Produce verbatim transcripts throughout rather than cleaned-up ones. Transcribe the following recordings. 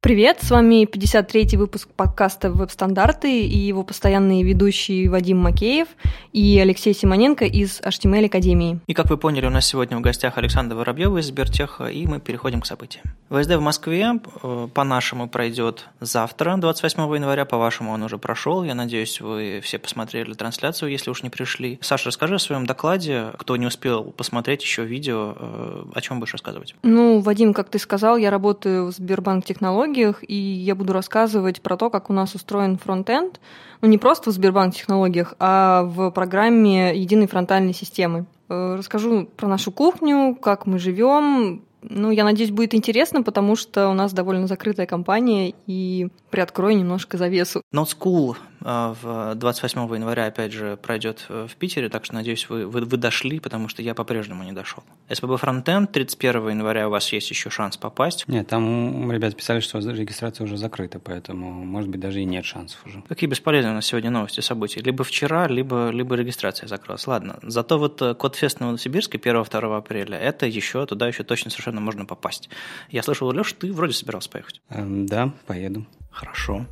Привет, с вами пятьдесят третий выпуск подкаста «Веб-стандарты» и его постоянные ведущие Вадим Макеев и Алексей Симоненко из эйч ти эм эль Академии. И как вы поняли, у нас сегодня в гостях Александра Воробьева из Сбертеха, и мы переходим к событиям. вэ эс дэ в Москве по-нашему пройдет завтра, двадцать восьмого января, по-вашему он уже прошел. Я надеюсь, вы все посмотрели трансляцию, если уж не пришли. Саша, расскажи о своем докладе, кто не успел посмотреть еще видео, о чем будешь рассказывать? Ну, Вадим, как ты сказал, я работаю в Сбербанк Технологиях, и я буду рассказывать про то, как у нас устроен фронт-энд, ну не просто в Сбербанк Технологиях, а в программе единой фронтальной системы. Расскажу про нашу кухню, как мы живем. Ну, я надеюсь, будет интересно, потому что у нас довольно закрытая компания, и приоткрою немножко завесу. Node School в двадцать восьмого января, опять же, пройдет в Питере, так что, надеюсь, вы, вы, вы дошли, потому что я по-прежнему не дошел. эс пи би Frontend, тридцать первого января у вас есть еще шанс попасть. Нет, там ребята писали, что регистрация уже закрыта, поэтому, может быть, даже и нет шансов уже. Какие бесполезные у нас сегодня новости, события. Либо вчера, либо, либо регистрация закрылась. Ладно, зато вот Кодфест в Новосибирске первого-второго апреля, это еще, туда еще точно совершенно можно попасть. Я слышал, Леш, ты вроде собирался поехать. Эм, да, поеду. Хорошо.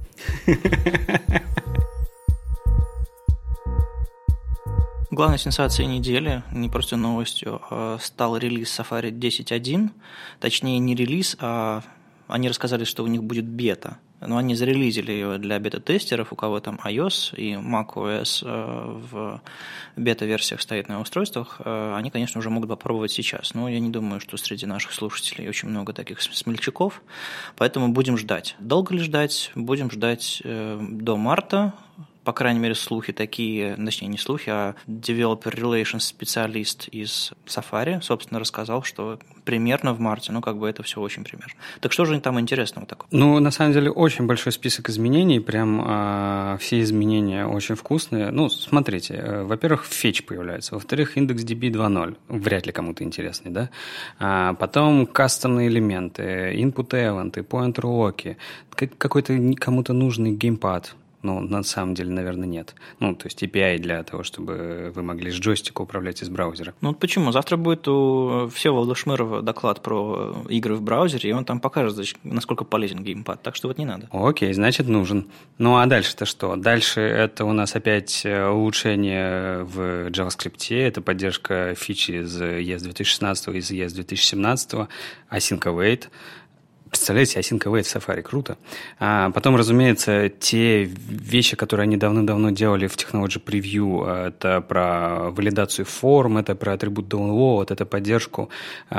Главной сенсацией недели, не просто новостью, стал релиз Safari десять точка один. Точнее, не релиз, а они рассказали, что у них будет бета. Но они зарелизили ее для бета-тестеров, у кого там iOS и macOS в бета-версиях стоит на устройствах, они, конечно, уже могут попробовать сейчас. Но я не думаю, что среди наших слушателей очень много таких смельчаков, поэтому будем ждать. Долго ли ждать? Будем ждать до марта. По крайней мере, слухи такие, точнее, не слухи, а Developer Relations специалист из Safari, собственно, рассказал, что примерно в марте, ну, как бы это все очень примерно. Так что же там интересного такого? Ну, на самом деле, очень большой список изменений, прям э, все изменения очень вкусные. Ну, смотрите, э, во-первых, фетч появляется, во-вторых, IndexedDB два ноль, вряд ли кому-то интересный, да? А потом кастомные элементы, input event, pointer lock, какой-то кому-то нужный геймпад. Ну, на самом деле, наверное, нет. Ну, то есть эй пи ай для того, чтобы вы могли с джойстика управлять из браузера. Ну, вот почему? Завтра будет у Всеволода Шмырова доклад про игры в браузере, и он там покажет, насколько полезен геймпад. Так что вот не надо. Окей, значит, нужен. Ну, а дальше-то что? Дальше это у нас опять улучшение в JavaScript, это поддержка фичи из и эс две тысячи шестнадцатого, из и эс две тысячи семнадцатого, Async Await. Представляете, Async Await в Safari, круто. А потом, разумеется, те вещи, которые они давно-давно делали в Technology Preview, это про валидацию форм, это про атрибут download, это поддержку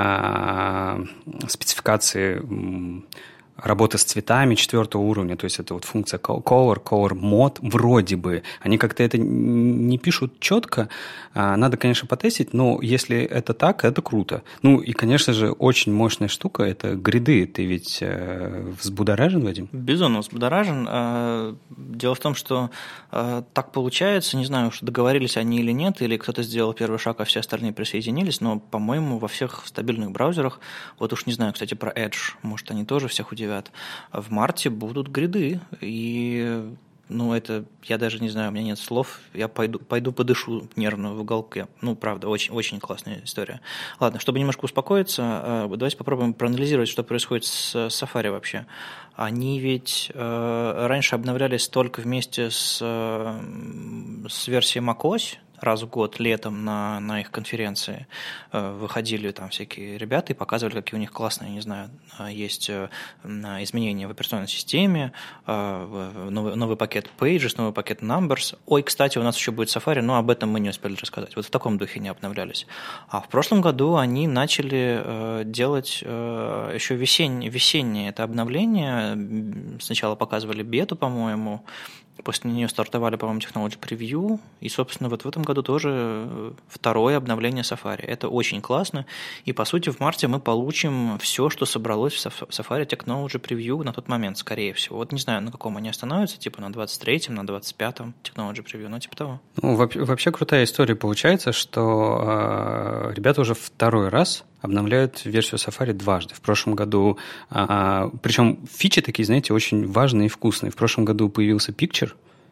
а, спецификации работы с цветами четвертого уровня, то есть это вот функция color, color mode, вроде бы. Они как-то это не пишут четко, надо, конечно, потестить, но если это так, это круто. Ну и, конечно же, очень мощная штука – это гриды. Ты ведь взбудоражен, Вадим? Безумно взбудоражен. Дело в том, что так получается, не знаю, уж договорились они или нет, или кто-то сделал первый шаг, а все остальные присоединились, но, по-моему, во всех стабильных браузерах, вот уж не знаю, кстати, про Edge, может, они тоже всех удивят, в марте будут гриды, и, ну, это, я даже не знаю, у меня нет слов, я пойду, пойду подышу нервно в уголке. Ну, правда, очень, очень классная история. Ладно, чтобы немножко успокоиться, давайте попробуем проанализировать, что происходит с Safari вообще. Они ведь э, раньше обновлялись только вместе с, с версией macOS, раз в год летом на, на их конференции выходили там всякие ребята и показывали, какие у них классные, не знаю, есть изменения в операционной системе, новый, новый пакет Pages, новый пакет Numbers. Ой, кстати, у нас еще будет Safari, но об этом мы не успели рассказать. Вот в таком духе не обновлялись. А в прошлом году они начали делать еще весеннее, весеннее это обновление. Сначала показывали бету, по-моему, после нее стартовали, по-моему, Technology Preview, и, собственно, вот в этом году тоже второе обновление Safari. Это очень классно, и, по сути, в марте мы получим все, что собралось в Safari Technology Preview на тот момент, скорее всего. Вот не знаю, на каком они остановятся, типа на двадцать третьем, на двадцать пятом Technology Preview, ну, типа того. Ну, вообще крутая история получается, что э, ребята уже второй раз обновляют версию Safari дважды. В прошлом году, а, причем фичи такие, знаете, очень важные и вкусные. В прошлом году появился Picture,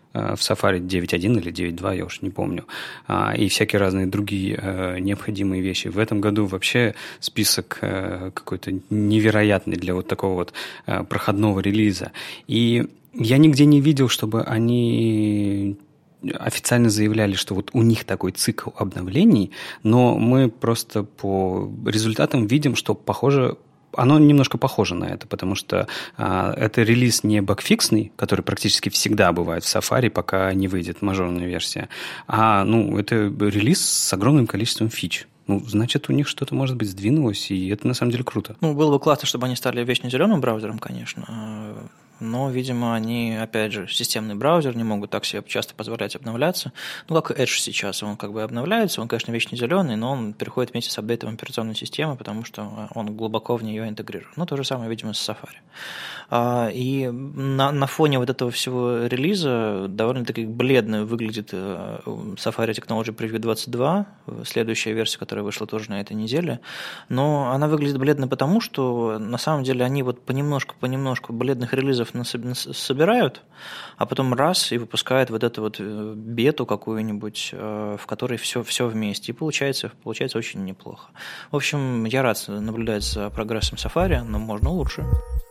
в Safari девять точка один или девять точка два, я уж не помню, и всякие разные другие необходимые вещи. В этом году вообще список какой-то невероятный для вот такого вот проходного релиза. И я нигде не видел, чтобы они официально заявляли, что вот у них такой цикл обновлений, но мы просто по результатам видим, что похоже, оно немножко похоже на это, потому что а, это релиз не багфиксный, который практически всегда бывает в Safari, пока не выйдет мажорная версия, а ну, это релиз с огромным количеством фич. Ну, значит, у них что-то, может быть, сдвинулось, и это на самом деле круто. Ну, было бы классно, чтобы они стали вечно зеленым браузером, конечно. Но, видимо, они, опять же, системный браузер, не могут так себе часто позволять обновляться. Ну, как и Edge сейчас, он как бы обновляется, он, конечно, вечно зеленый, но он переходит вместе с апдейтом операционной системы, потому что он глубоко в нее интегрирован. Ну, то же самое, видимо, с Safari. И на, на фоне вот этого всего релиза довольно-таки бледно выглядит Safari Technology Preview двадцать два, следующая версия, которая вышла тоже на этой неделе. Но она выглядит бледно потому, что на самом деле они вот понемножку-понемножку бледных релизов собирают, а потом раз и выпускают вот эту вот бету какую-нибудь, в которой все, все вместе. И получается, получается очень неплохо. В общем, я рад наблюдать за прогрессом Safari, но можно лучше.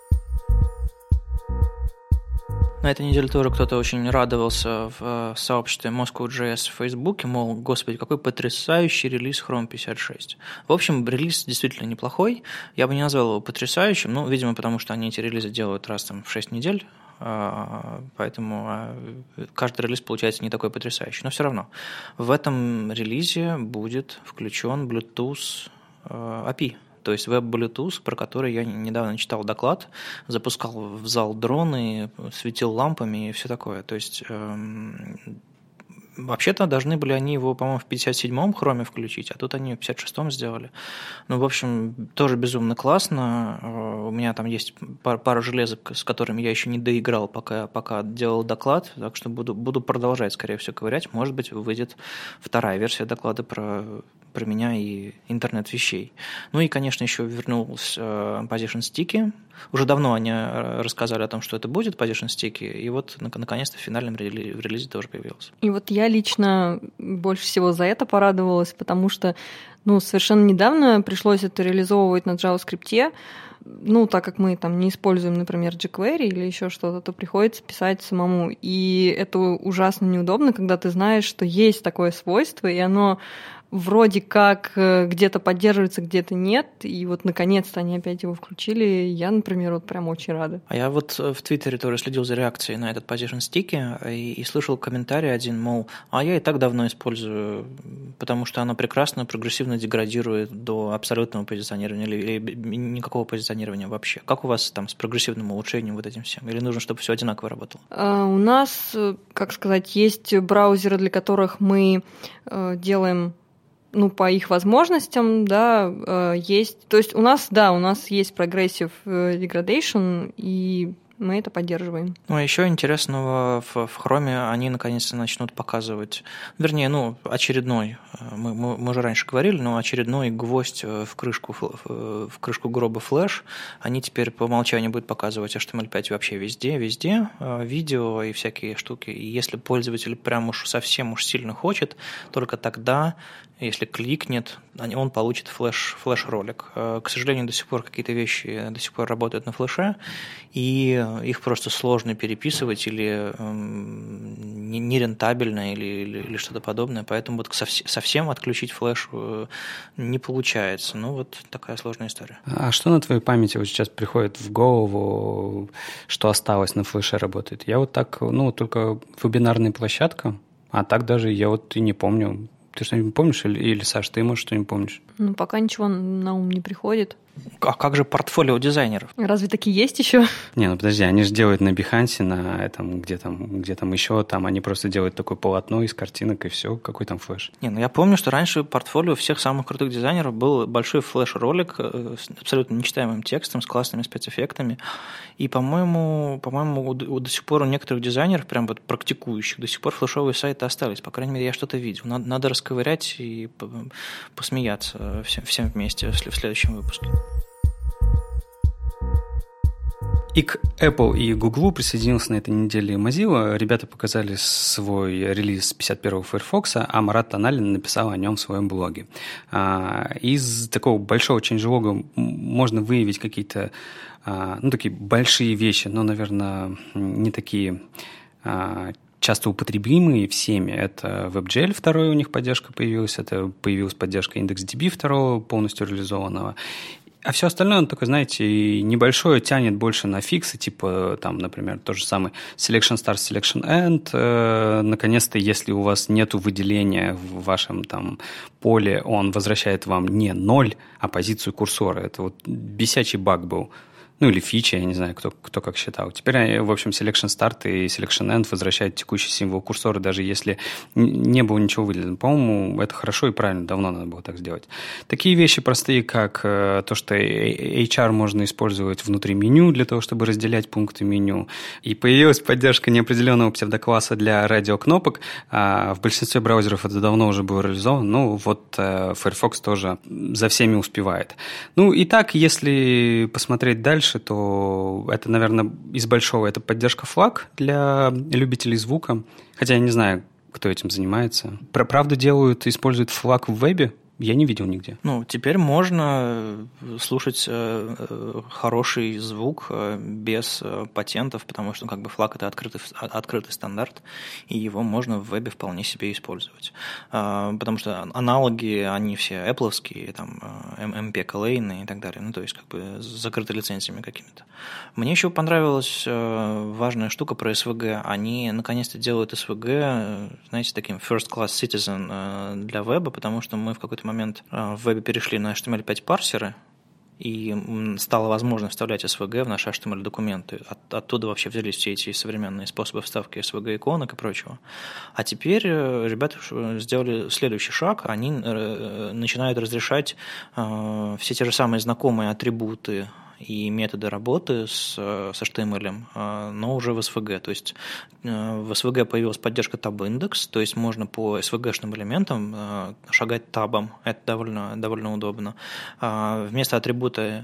На этой неделе тоже кто-то очень радовался в сообществе Moscow.js в Фейсбуке, мол, господи, какой потрясающий релиз Chrome пятьдесят шесть. В общем, релиз действительно неплохой. Я бы не назвал его потрясающим, ну, видимо, потому что они эти релизы делают раз там в шесть недель, поэтому каждый релиз получается не такой потрясающий. Но все равно в этом релизе будет включен Bluetooth эй пи ай. То есть веб-Bluetooth, про который я недавно читал доклад, запускал в зал дроны, светил лампами и все такое. То есть эм, вообще-то должны были они его, по-моему, в пятьдесят седьмом хроме включить, а тут они в пятьдесят шестом сделали. Ну, в общем, тоже безумно классно. У меня там есть пара, пара железок, с которыми я еще не доиграл, пока, пока делал доклад, так что буду, буду продолжать, скорее всего, ковырять. Может быть, выйдет вторая версия доклада про... про меня и интернет вещей. Ну и, конечно, еще вернулся Position Sticky. Уже давно они рассказали о том, что это будет, Position Sticky, и вот наконец-то в финальном релизе тоже появился. И вот я лично больше всего за это порадовалась, потому что ну, совершенно недавно пришлось это реализовывать на JavaScript. Ну, так как мы там не используем, например, jQuery или еще что-то, то приходится писать самому. И это ужасно неудобно, когда ты знаешь, что есть такое свойство, и оно вроде как где-то поддерживается, где-то нет, и вот наконец-то они опять его включили. Я, например, вот прям очень рада. А я вот в Твиттере тоже следил за реакцией на этот Position Sticky и, и слышал комментарий один, мол, а я и так давно использую, потому что оно прекрасно прогрессивно деградирует до абсолютного позиционирования или, или никакого позиционирования вообще. Как у вас там с прогрессивным улучшением вот этим всем? Или нужно, чтобы все одинаково работало? А, у нас, как сказать, есть браузеры, для которых мы делаем ну, по их возможностям, да, есть... То есть у нас, да, у нас есть Progressive Degradation, и мы это поддерживаем. Ну, а еще интересного в, в Chrome они наконец-то начнут показывать, вернее, ну, очередной, мы, мы, мы уже раньше говорили, но очередной гвоздь в крышку, в, в крышку гроба Flash, они теперь по умолчанию будут показывать эйч ти эм эль пять вообще везде, везде, видео и всякие штуки. И если пользователь прям уж совсем уж сильно хочет, только тогда, если кликнет, он получит флеш, флеш-ролик. К сожалению, до сих пор какие-то вещи до сих пор работают на флеше, и их просто сложно переписывать или нерентабельно или, или, или что-то подобное, поэтому вот совсем отключить флеш не получается. Ну, вот такая сложная история. А что на твоей памяти вот сейчас приходит в голову, что осталось на флеше работает? Я вот так, ну, только вебинарная площадка, а так даже я вот и не помню. Ты что-нибудь помнишь? Или, или Саш, ты, может, что-нибудь помнишь? Ну, пока ничего на ум не приходит. А как же портфолио дизайнеров? Разве такие есть еще? Не, ну подожди, они же делают на Behance, на этом, где там, где там еще, там они просто делают такое полотно из картинок и все, какой там флеш. Не, ну я помню, что раньше портфолио всех самых крутых дизайнеров был большой флеш-ролик с абсолютно нечитаемым текстом, с классными спецэффектами. И, по-моему, по-моему, у, у, до сих пор у некоторых дизайнеров, прям вот практикующих, до сих пор флешовые сайты остались. По крайней мере, я что-то видел. Надо, надо расковырять и посмеяться всем, всем вместе в следующем выпуске. И к Apple и Google присоединился на этой неделе Mozilla. Ребята показали свой релиз пятьдесят первого Firefox, а Марат Таналин написал о нем в своем блоге. Из такого большого changelog можно выявить какие-то, ну, такие большие вещи, но, наверное, не такие часто употребимые всеми. Это WebGL второй у них поддержка появилась, это появилась поддержка IndexedDB второго полностью реализованного. А все остальное, он только, знаете, небольшое, тянет больше на фиксы, типа, там, например, тот же самый Selection Start, Selection End. Э, наконец-то, если у вас нет выделения в вашем там поле, он возвращает вам не ноль, а позицию курсора. Это вот бесячий баг был. Ну, или фича, я не знаю, кто, кто как считал. Теперь, в общем, Selection Start и Selection End возвращают текущий символ курсора, даже если не было ничего выделено. По-моему, это хорошо и правильно, давно надо было так сделать. Такие вещи простые, как то, что эйч ар можно использовать внутри меню для того, чтобы разделять пункты меню. И появилась поддержка неопределенного псевдокласса для радиокнопок. А в большинстве браузеров это давно уже было реализовано. Ну, вот Firefox тоже за всеми успевает. Ну, и так, если посмотреть дальше, то это, наверное, из большого это поддержка флаг для любителей звука. Хотя я не знаю, кто этим занимается. Правда делают, используют флаг в вебе? Я не видел нигде. Ну, теперь можно слушать э, хороший звук э, без э, патентов, потому что как бы флаг – это открытый, открытый стандарт, и его можно в вебе вполне себе использовать. Э, потому что аналоги, они все Apple-овские, там, эм пи эл эй и так далее, ну, то есть как бы с закрытыми лицензиями какими-то. Мне еще понравилась э, важная штука про эс ви джи. Они наконец-то делают эс ви джи, знаете, таким first-class citizen э, для веба, потому что мы в какой-то момент в вебе перешли на эйч ти эм эль пять парсеры, и стало возможно вставлять эс ви джи в наши эйч ти эм эль-документы. От, оттуда вообще взялись все эти современные способы вставки эс ви джи-иконок и прочего. А теперь ребята сделали следующий шаг. Они начинают разрешать все те же самые знакомые атрибуты и методы работы с, с эйч ти эм эль, но уже в эс ви джи. То есть в эс ви джи появилась поддержка tab-индекс, то есть можно по эс ви джи-шным элементам шагать табом. Это довольно, довольно удобно. Вместо атрибута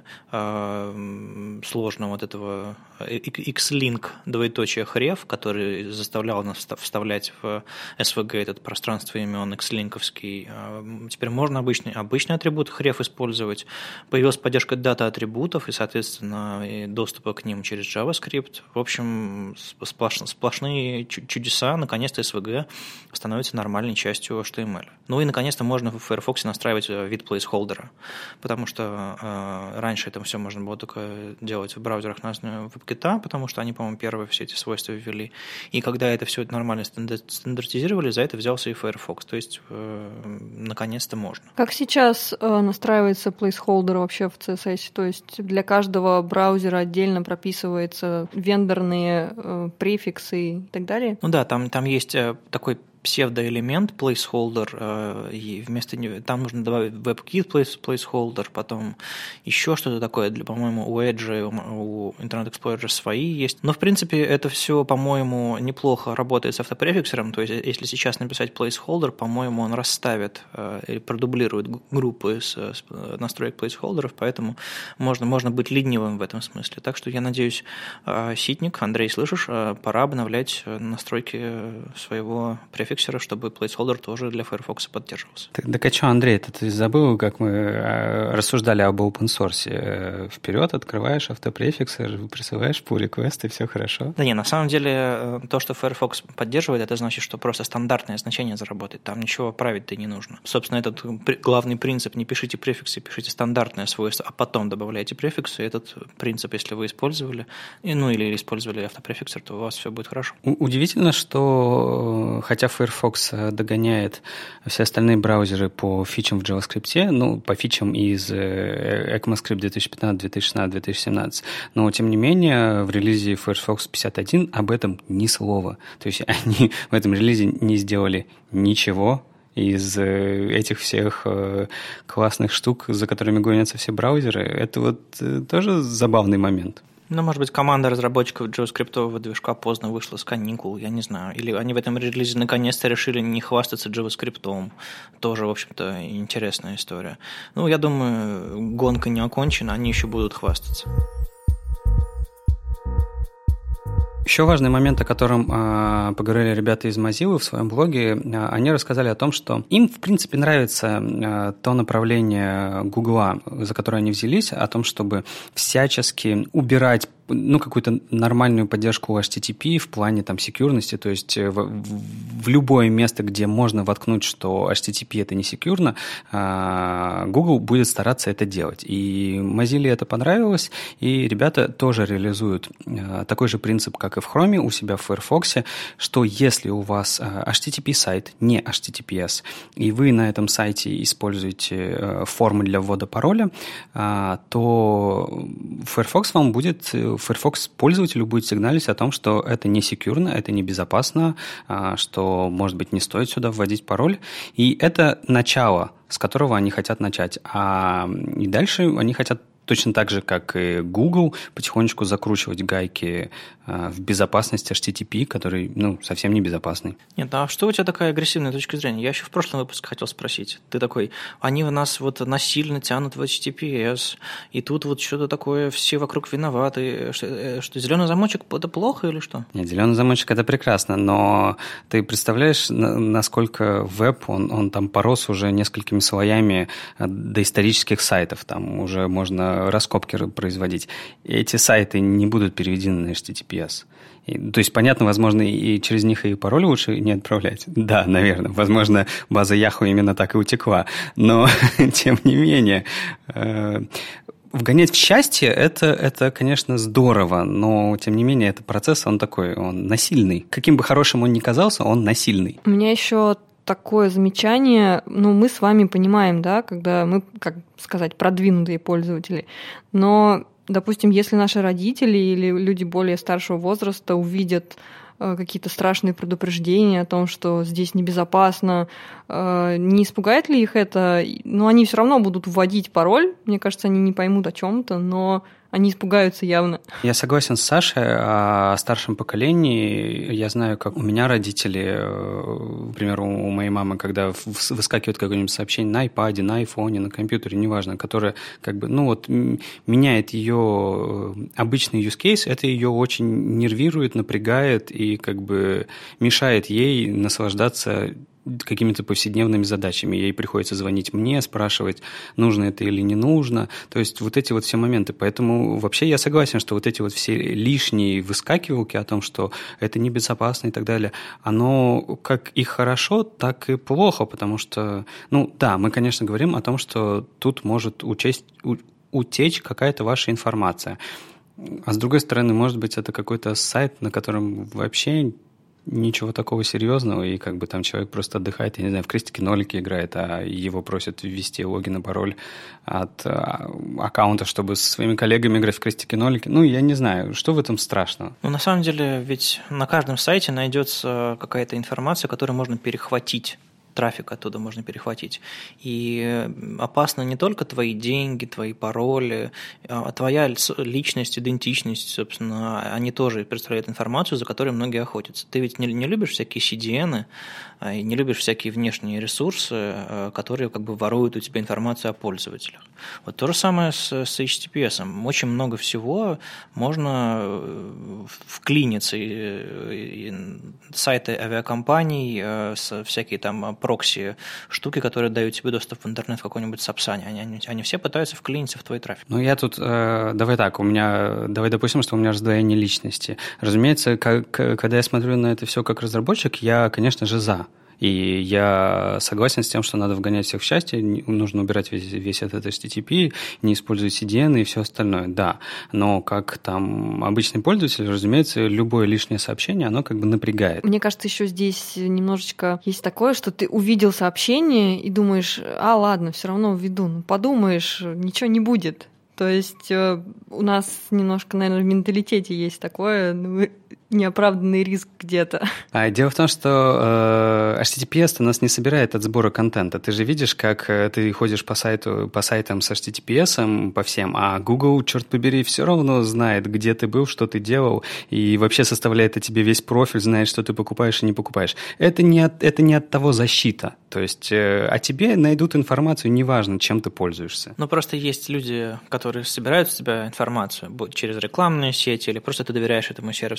сложного вот этого xlink двоеточие href, который заставлял нас вставлять в эс ви джи этот пространство имен xlinkovский, теперь можно обычный, обычный атрибут href использовать. Появилась поддержка дата-атрибутов и, соответственно, и доступа к ним через JavaScript. В общем, сплош, сплошные чудеса. Наконец-то эс ви джи становится нормальной частью эйч ти эм эль. Ну и, наконец-то, можно в Firefox настраивать вид плейсхолдера, потому что э, раньше это все можно было только делать в браузерах на основе WebKit, потому что они, по-моему, первые все эти свойства ввели. И когда это все нормально стандартизировали, за это взялся и Firefox. То есть, э, наконец-то можно. Как сейчас э, настраивается плейсхолдер вообще в си эс эс? То есть для каждого браузера отдельно прописываются вендорные э, префиксы и так далее? Ну да, там, там есть э, такой псевдоэлемент placeholder, и вместо него там нужно добавить WebKit placeholder, потом еще что-то такое, для, по-моему, у Edge, у Internet Explorer свои есть. Но, в принципе, это все, по-моему, неплохо работает с автопрефиксером, то есть если сейчас написать placeholder, по-моему, он расставит или продублирует группы с, с настроек placeholder'ов, поэтому можно, можно быть ленивым в этом смысле. Так что я надеюсь, Ситник, Андрей, слышишь, пора обновлять настройки своего префиксера, чтобы placeholder тоже для Firefox поддерживался. Так, так а что, Андрей, это ты забыл, как мы рассуждали об open source? Вперед открываешь автопрефиксы, присылаешь pull request, и все хорошо? Да не, на самом деле то, что Firefox поддерживает, это значит, что просто стандартное значение заработает. Там ничего править-то не нужно. Собственно, этот главный принцип: не пишите префиксы, пишите стандартное свойство, а потом добавляйте префиксы. Этот принцип, если вы использовали, ну или использовали автопрефиксер, то у вас все будет хорошо. Удивительно, что хотя Firefox догоняет все остальные браузеры по фичам в JavaScript, ну, по фичам из ECMAScript две тысячи пятнадцать, две тысячи шестнадцать, две тысячи семнадцать, но, тем не менее, в релизе Firefox пятьдесят один об этом ни слова. То есть они в этом релизе не сделали ничего из этих всех классных штук, за которыми гонятся все браузеры. Это вот тоже забавный момент. Ну, может быть, команда разработчиков JavaScript движка поздно вышла с каникул, я не знаю. Или они в этом релизе наконец-то решили не хвастаться JavaScript. Тоже, в общем-то, интересная история. Ну, я думаю, гонка не окончена, они еще будут хвастаться. Еще важный момент, о котором э, поговорили ребята из Mozilla в своем блоге, э, они рассказали о том, что им, в принципе, нравится э, то направление Гугла, за которое они взялись, о том, чтобы всячески убирать ну, какую-то нормальную поддержку эйч ти ти пи в плане там секьюрности, то есть в, в любое место, где можно воткнуть, что эйч ти ти пи это не секьюрно, Google будет стараться это делать. И Mozilla это понравилось, и ребята тоже реализуют такой же принцип, как и в Chrome у себя в Firefox, что если у вас эйч ти ти пи сайт, не эйч ти ти пи эс, и вы на этом сайте используете формы для ввода пароля, то Firefox вам будет Firefox пользователю будет сигналить о том, что это не секьюрно, это не безопасно, что, может быть, не стоит сюда вводить пароль. И это начало, с которого они хотят начать. А и дальше они хотят точно так же, как и Google, потихонечку закручивать гайки в безопасности эйч ти ти пи, который, ну, совсем не безопасный. Нет, а что у тебя такая агрессивная точка зрения? Я еще в прошлом выпуске хотел спросить. Ты такой, они в нас вот насильно тянут в эйч ти ти пи эс, и тут вот что-то такое, все вокруг виноваты. Что, что зеленый замочек – это плохо или что? Нет, зеленый замочек – это прекрасно, но ты представляешь, насколько веб, он, он там порос уже несколькими слоями доисторических сайтов, там уже можно раскопки производить. Эти сайты не будут переведены на эйч ти ти пи эс. И, то есть, понятно, возможно, и через них и пароль лучше не отправлять. Да, наверное. Возможно, база Yahoo именно так и утекла. Но, тем не менее, э, вгонять в счастье это, это, конечно, здорово, но, тем не менее, этот процесс, он такой, он насильный. Каким бы хорошим он ни казался, он насильный. У меня еще такое замечание, ну, мы с вами понимаем, да, когда мы, как сказать, продвинутые пользователи, но, допустим, если наши родители или люди более старшего возраста увидят э, какие-то страшные предупреждения о том, что здесь небезопасно, э, не испугает ли их это? Ну, они все равно будут вводить пароль, мне кажется, они не поймут о чем-то, но они испугаются явно. Я согласен с Сашей о старшем поколении. Я знаю, как у меня родители, например, у моей мамы, когда выскакивает какое-нибудь сообщение на iPad, на iPhone, на компьютере, неважно, которое как бы, ну вот, меняет ее обычный use case, это ее очень нервирует, напрягает и как бы мешает ей наслаждаться какими-то повседневными задачами. Ей приходится звонить мне, спрашивать, нужно это или не нужно. То есть вот эти вот все моменты. Поэтому вообще я согласен, что вот эти вот все лишние выскакивалки о том, что это небезопасно и так далее, оно как и хорошо, так и плохо, потому что, ну да, мы, конечно, говорим о том, что тут может учесть, у, утечь какая-то ваша информация. А с другой стороны, может быть, это какой-то сайт, на котором вообще ничего такого серьезного, и как бы там человек просто отдыхает, я не знаю, в крестики-нолики играет, а его просят ввести логин и пароль от а, аккаунта, чтобы со своими коллегами играть в крестики-нолики. Ну, я не знаю, что в этом страшного? Ну, на самом деле, ведь на каждом сайте найдется какая-то информация, которую можно перехватить. Трафик оттуда можно перехватить. И опасно не только твои деньги, твои пароли, а твоя личность, идентичность, собственно, они тоже представляют информацию, за которой многие охотятся. Ты ведь не, не любишь всякие си ди эн, и не любишь всякие внешние ресурсы, которые как бы воруют у тебя информацию о пользователях. Вот то же самое с, с эйч ти ти пи эс. Очень много всего можно вклиниться. И, и сайты авиакомпаний, всякие там прокси штуки, которые дают тебе доступ в интернет в какой-нибудь сапсане. Они, они, они все пытаются вклиниться в твой трафик. Ну, я тут... Э, давай так, у меня... Давай допустим, что у меня раздвоение личности. Разумеется, как, когда я смотрю на это все как разработчик, я, конечно же, за. И я согласен с тем, что надо вгонять всех в счастье, нужно убирать весь, весь этот эйч ти ти пи, не использовать си ди эн и все остальное, да. Но как там обычный пользователь, разумеется, любое лишнее сообщение, оно как бы напрягает. Мне кажется, еще здесь немножечко есть такое, что ты увидел сообщение и думаешь, а ладно, все равно введу, ну подумаешь, ничего не будет. То есть э, у нас немножко, наверное, в менталитете есть такое, ну, неоправданный риск где-то. А дело в том, что э, эйч ти ти пи эс у нас не собирает от сбора контента. Ты же видишь, как ты ходишь по сайту, по сайтам с эйч ти ти пи эс по всем, а Google, черт побери, все равно знает, где ты был, что ты делал, и вообще составляет о тебе весь профиль, знает, что ты покупаешь и не покупаешь. Это не от, это не от того защита. То есть э, о тебе найдут информацию, неважно, чем ты пользуешься. Ну, просто есть люди, которые собирают с тебя информацию через рекламные сети, или просто ты доверяешь этому сервису так или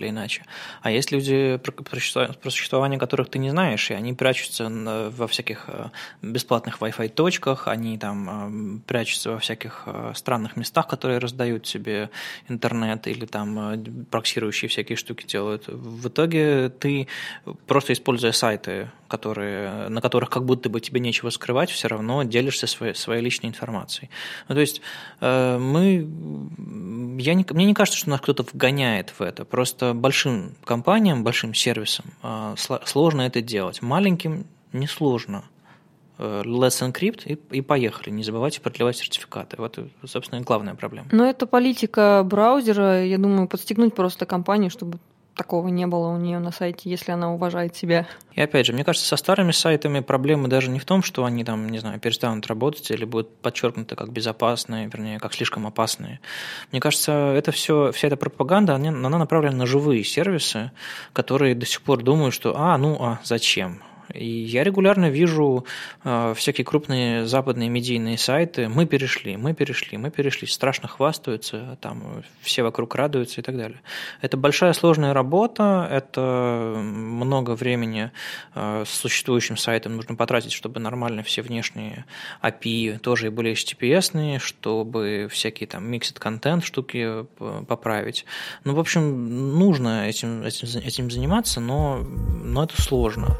иначе. А есть люди, про существование которых ты не знаешь, и они прячутся во всяких бесплатных Wi-Fi точках, они там прячутся во всяких странных местах, которые раздают себе интернет или там проксирующие всякие штуки делают. В итоге ты, просто используя сайты, которые, на которых как будто бы тебе нечего скрывать, все равно делишься своей, своей личной информацией. Ну, то есть мы, я не, мне не кажется, что нас кто-то вгоняет в это. Просто большим компаниям, большим сервисам сложно это делать. Маленьким несложно. Let's encrypt и, и поехали. Не забывайте продлевать сертификаты. Вот, собственно, и главная проблема. Но это политика браузера. Я думаю, подстегнуть просто компанию, чтобы такого не было у нее на сайте, если она уважает себя. И опять же, мне кажется, со старыми сайтами проблема даже не в том, что они там, не знаю, перестанут работать или будут подчеркнуты как безопасные, вернее, как слишком опасные. Мне кажется, это все, вся эта пропаганда, она, она направлена на живые сервисы, которые до сих пор думают, что «а, ну, а зачем?». И я регулярно вижу э, всякие крупные западные медийные сайты. Мы перешли, мы перешли, мы перешли. Страшно хвастаются, там все вокруг радуются и так далее. Это большая сложная работа, это много времени э, с существующим сайтом нужно потратить, чтобы нормально все внешние эй пи ай тоже были эйч ти ти пи эс-ные, чтобы всякие там mixed content штуки поправить. Ну, в общем, нужно этим, этим, этим заниматься, но, но это сложно.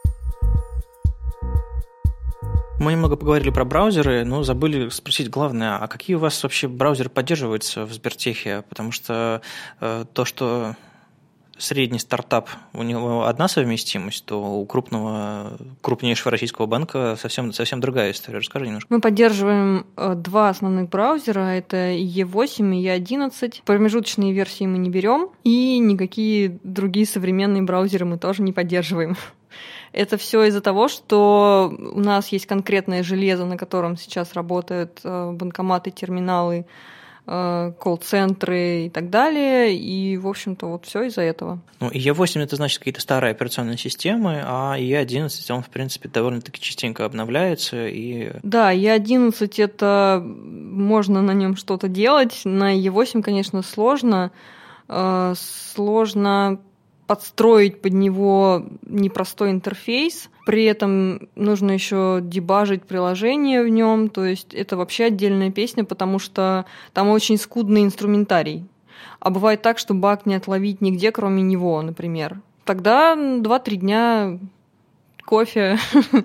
Мы немного поговорили про браузеры, но забыли спросить главное, а какие у вас вообще браузеры поддерживаются в Сбертехе? Потому что э, то, что средний стартап, у него одна совместимость, то у крупного, крупнейшего российского банка совсем, совсем другая история. Расскажи немножко. Мы поддерживаем два основных браузера, это и и восемь и и одиннадцать. Промежуточные версии мы не берем, и никакие другие современные браузеры мы тоже не поддерживаем. Это все из-за того, что у нас есть конкретное железо, на котором сейчас работают банкоматы, терминалы, колл-центры и так далее. И, в общем-то, вот все из-за этого. Ну, и и восемь это значит какие-то старые операционные системы, а и и одиннадцать, он, в принципе, довольно-таки частенько обновляется. И... Да, и и одиннадцать это можно на нем что-то делать. На и и восемь, конечно, сложно. Сложно подстроить под него непростой интерфейс, при этом нужно еще дебажить приложение в нем, то есть это вообще отдельная песня, потому что там очень скудный инструментарий. А бывает так, что баг не отловить нигде, кроме него, например. Тогда два-три дня кофе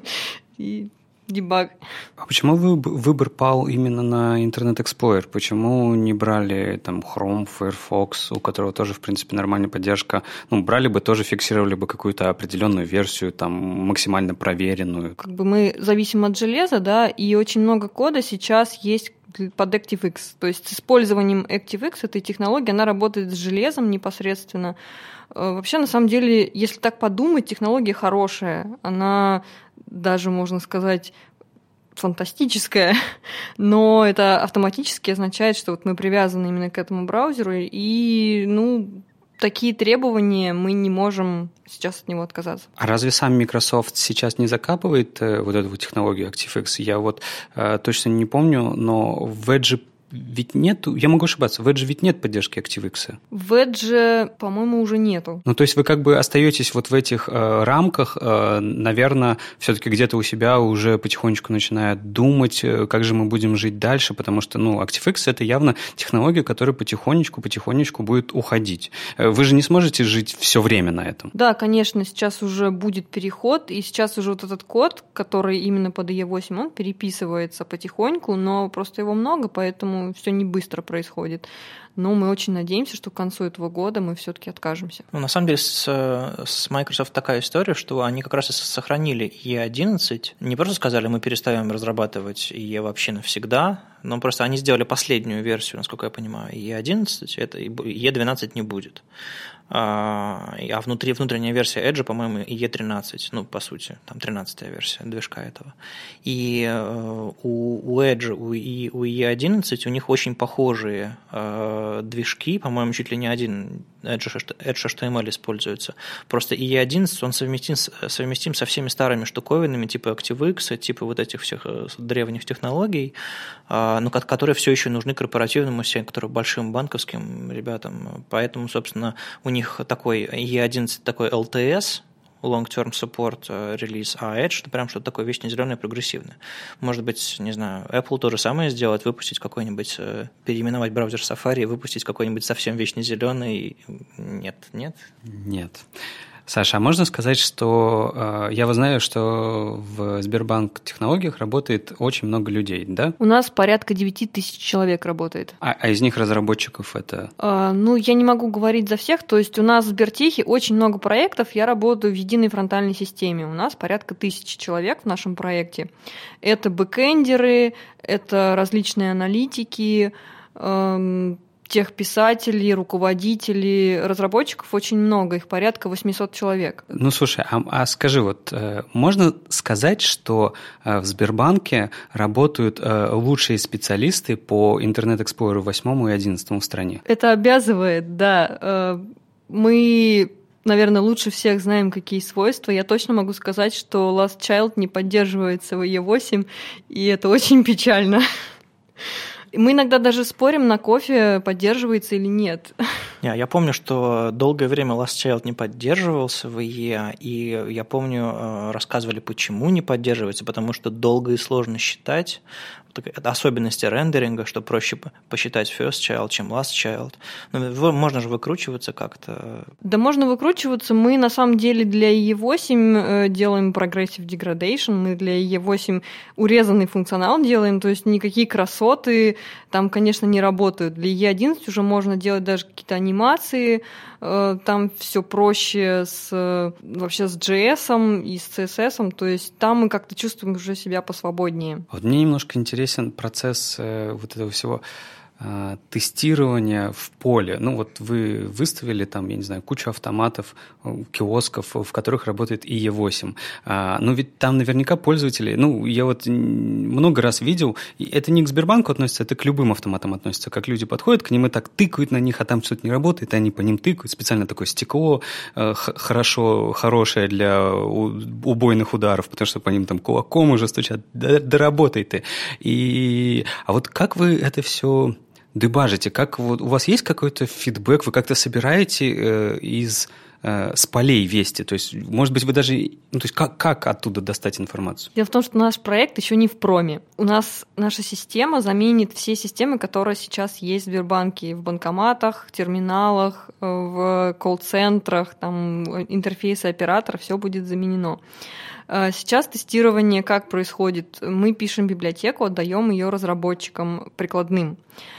и дебаг. А почему вы, выбор пал именно на Internet Explorer? Почему не брали там Chrome, Firefox, у которого тоже, в принципе, нормальная поддержка? Ну, брали бы, тоже фиксировали бы какую-то определенную версию, там, максимально проверенную. Как бы мы зависим от железа, да, и очень много кода сейчас есть под ActiveX. То есть с использованием ActiveX этой технологии, она работает с железом непосредственно. Вообще, на самом деле, если так подумать, технология хорошая. Она даже, можно сказать, фантастическая, но это автоматически означает, что вот мы привязаны именно к этому браузеру, и, ну, такие требования мы не можем сейчас от него отказаться. А разве сам Microsoft сейчас не закапывает э, вот эту технологию ActiveX? Я вот э, точно не помню, но в Edge ведь нету, я могу ошибаться, в Edge ведь нет поддержки ActiveX. В Edge, по-моему, уже нету. Ну, то есть вы как бы остаетесь вот в этих э, рамках, э, наверное, все-таки где-то у себя уже потихонечку начинают думать, э, как же мы будем жить дальше, потому что, ну, ActiveX – это явно технология, которая потихонечку-потихонечку будет уходить. Вы же не сможете жить все время на этом. Да, конечно, сейчас уже будет переход, и сейчас уже вот этот код, который именно под и и восемь, он переписывается потихоньку, но просто его много, поэтому все не быстро происходит. Но мы очень надеемся, что к концу этого года мы все-таки откажемся. Ну, на самом деле с, с Microsoft такая история, что они как раз и сохранили и и одиннадцать. Не просто сказали, мы переставим разрабатывать и и вообще навсегда, но просто они сделали последнюю версию, насколько я понимаю, и и одиннадцать, это и и двенадцать не будет. А внутри, внутренняя версия Edge, по-моему, и и тринадцать, ну, по сути, там тринадцатая версия движка этого. И у, у Edge, у и и одиннадцать у них очень похожие движки, по-моему, чуть ли не один Edge эйч ти эм эль используется. Просто и и одиннадцать, он совместим, совместим со всеми старыми штуковинами, типа ActiveX, типа вот этих всех древних технологий, но которые все еще нужны корпоративному сектору, большим банковским ребятам. Поэтому, собственно, у них такой и и одиннадцать, такой эл ти эс, long-term support релиз, а Edge – это прям что-то такое вечно зеленое, прогрессивное. Может быть, не знаю, Apple то же самое сделать, выпустить какой-нибудь, переименовать браузер Safari и выпустить какой-нибудь совсем вечно зеленый. Нет, нет? Нет. Саша, а можно сказать, что э, я вот знаю, что в Сбербанк технологиях работает очень много людей, да? У нас порядка девять тысяч человек работает. А, а из них разработчиков это? А, ну, я не могу говорить за всех, то есть у нас в Сбертехе очень много проектов, я работаю в единой фронтальной системе, у нас порядка тысячи человек в нашем проекте. Это бэкэндеры, это различные аналитики, эм, техписателей, руководителей, разработчиков очень много, их порядка восемьсот человек. Ну, слушай, а, а скажи, вот э, можно сказать, что э, в Сбербанке работают э, лучшие специалисты по Internet Explorer восемь и одиннадцать в стране? Это обязывает, да. Э, мы, наверное, лучше всех знаем, какие свойства. Я точно могу сказать, что Last Child не поддерживается в и и восемь, и это очень печально. Мы иногда даже спорим на кофе, поддерживается или нет. Я, я помню, что долгое время Last Child не поддерживался в и и, и я помню, рассказывали, почему не поддерживается, потому что долго и сложно считать. Особенности рендеринга, что проще посчитать first child, чем last child. Но можно же выкручиваться как-то. Да, можно выкручиваться. Мы на самом деле для и и восемь делаем progressive degradation, мы для и и восемь урезанный функционал делаем, то есть никакие красоты там, конечно, не работают. Для и и одиннадцать уже можно делать даже какие-то анимации, там все проще с, вообще с джей эс и с си эс эс, то есть там мы как-то чувствуем уже себя посвободнее. Вот мне немножко интересен процесс э, вот этого всего э, тестирования в поле. Ну вот вы выставили там, я не знаю, кучу автоматов, киосков, в которых работает и и восемь. А, ну ведь там наверняка пользователи, ну я вот много раз видел, и это не к Сбербанку относится, это к любым автоматам относится, как люди подходят к ним и так тыкают на них, а там что-то не работает, и они по ним тыкают, специально такое стекло э, хорошо, хорошее для убойных ударов, потому что по ним там кулаком уже стучат, да, да работай ты. И... А вот как вы это все дебажите? Как вот, у вас есть какой-то фидбэк, вы как-то собираете э, из э, с полей вести? То есть, может быть, вы даже... Ну, то есть, как, как оттуда достать информацию? Дело в том, что наш проект еще не в проме. У нас наша система заменит все системы, которые сейчас есть в Сбербанке, в банкоматах, в терминалах, в колл-центрах, там интерфейсы оператора, все будет заменено. Сейчас тестирование как происходит? Мы пишем библиотеку, отдаем ее разработчикам прикладным.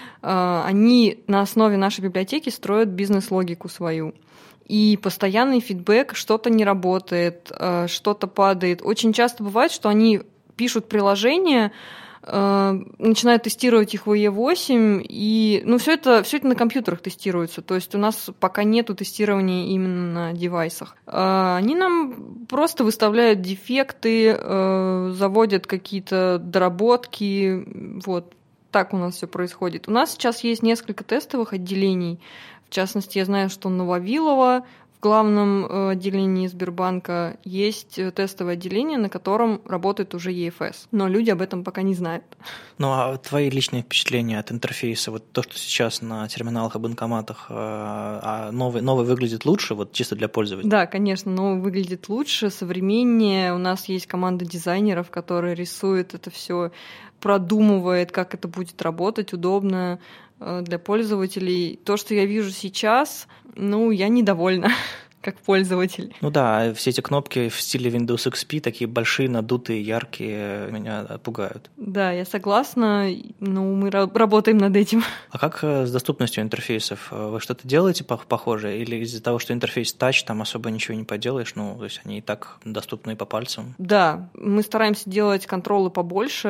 Они на основе нашей библиотеки строят бизнес-логику свою. И постоянный фидбэк, что-то не работает, что-то падает. Очень часто бывает, что они пишут приложение, начинают тестировать их в и и восемь, и ну, все это, все это на компьютерах тестируется, то есть у нас пока нету тестирования именно на девайсах. Они нам просто выставляют дефекты, заводят какие-то доработки, вот так у нас все происходит. У нас сейчас есть несколько тестовых отделений, в частности, я знаю, что на Вавилова в главном отделении Сбербанка есть тестовое отделение, на котором работает уже и эф эс. Но люди об этом пока не знают. Ну, а твои личные впечатления от интерфейса? Вот то, что сейчас на терминалах и банкоматах, а новый, новый выглядит лучше, вот чисто для пользователя? Да, конечно, новый выглядит лучше, современнее. У нас есть команда дизайнеров, которые рисуют это все, продумывает, как это будет работать, удобно для пользователей. То, что я вижу сейчас, ну, я недовольна как пользователь. Ну да, все эти кнопки в стиле Windows икс пи, такие большие, надутые, яркие, меня пугают. Да, я согласна, но мы работаем над этим. А как с доступностью интерфейсов? Вы что-то делаете похожее? Или из-за того, что интерфейс тач, там особо ничего не поделаешь? Ну, то есть они и так доступны по пальцам? Да, мы стараемся делать контролы побольше,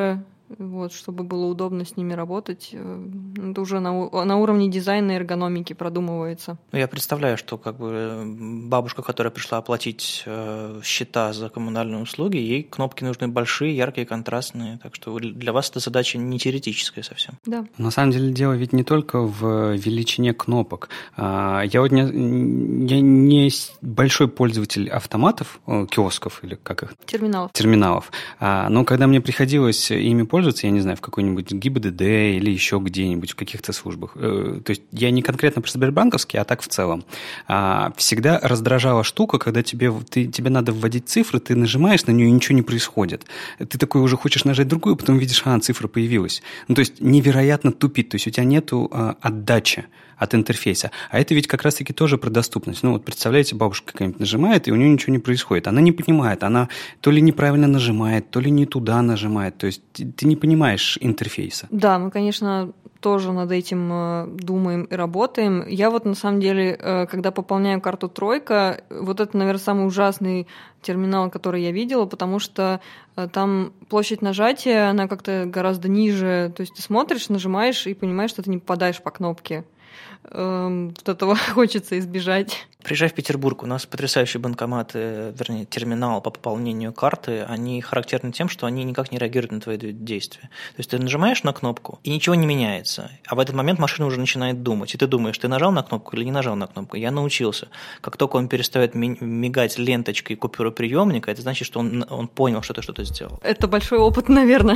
вот, чтобы было удобно с ними работать. Это уже на, на уровне дизайна и эргономики продумывается. Я представляю, что как бы бабушка, которая пришла оплатить э, счета за коммунальные услуги, ей кнопки нужны большие, яркие, контрастные, так что для вас эта задача не теоретическая совсем. Да. На самом деле дело ведь не только в величине кнопок. Я вот не, я не большой пользователь автоматов, киосков или как их? Терминалов. Терминалов. Но когда мне приходилось ими пользоваться, я не знаю, в какой-нибудь ГИБДД или еще где-нибудь в каких-то службах. То есть я не конкретно про сбербанковский, а так в целом. Всегда раздражала штука, когда тебе, ты, тебе надо вводить цифры, ты нажимаешь на нее, и ничего не происходит. Ты такой уже хочешь нажать другую, потом видишь, а, цифра появилась. Ну, то есть невероятно тупит. То есть у тебя нету а, отдачи от интерфейса. А это ведь как раз-таки тоже про доступность. Ну вот представляете, бабушка какая-нибудь нажимает, и у нее ничего не происходит. Она не понимает, она то ли неправильно нажимает, то ли не туда нажимает. То есть ты не понимаешь интерфейса. Да, мы, конечно, тоже над этим думаем и работаем. Я вот на самом деле, когда пополняю карту «Тройка», вот это, наверное, самый ужасный терминал, который я видела, потому что там площадь нажатия, она как-то гораздо ниже. То есть ты смотришь, нажимаешь и понимаешь, что ты не попадаешь по кнопке. Вот этого хочется избежать. Приезжай в Петербург, у нас потрясающие банкоматы, вернее, терминал по пополнению карты, они характерны тем, что они никак не реагируют на твои действия. То есть ты нажимаешь на кнопку, и ничего не меняется, а в этот момент машина уже начинает думать, и ты думаешь, ты нажал на кнопку или не нажал на кнопку. Я научился. Как только он перестает мигать ленточкой купюроприемника, это значит, что он, он понял, что ты что-то сделал. Это большой опыт, наверное.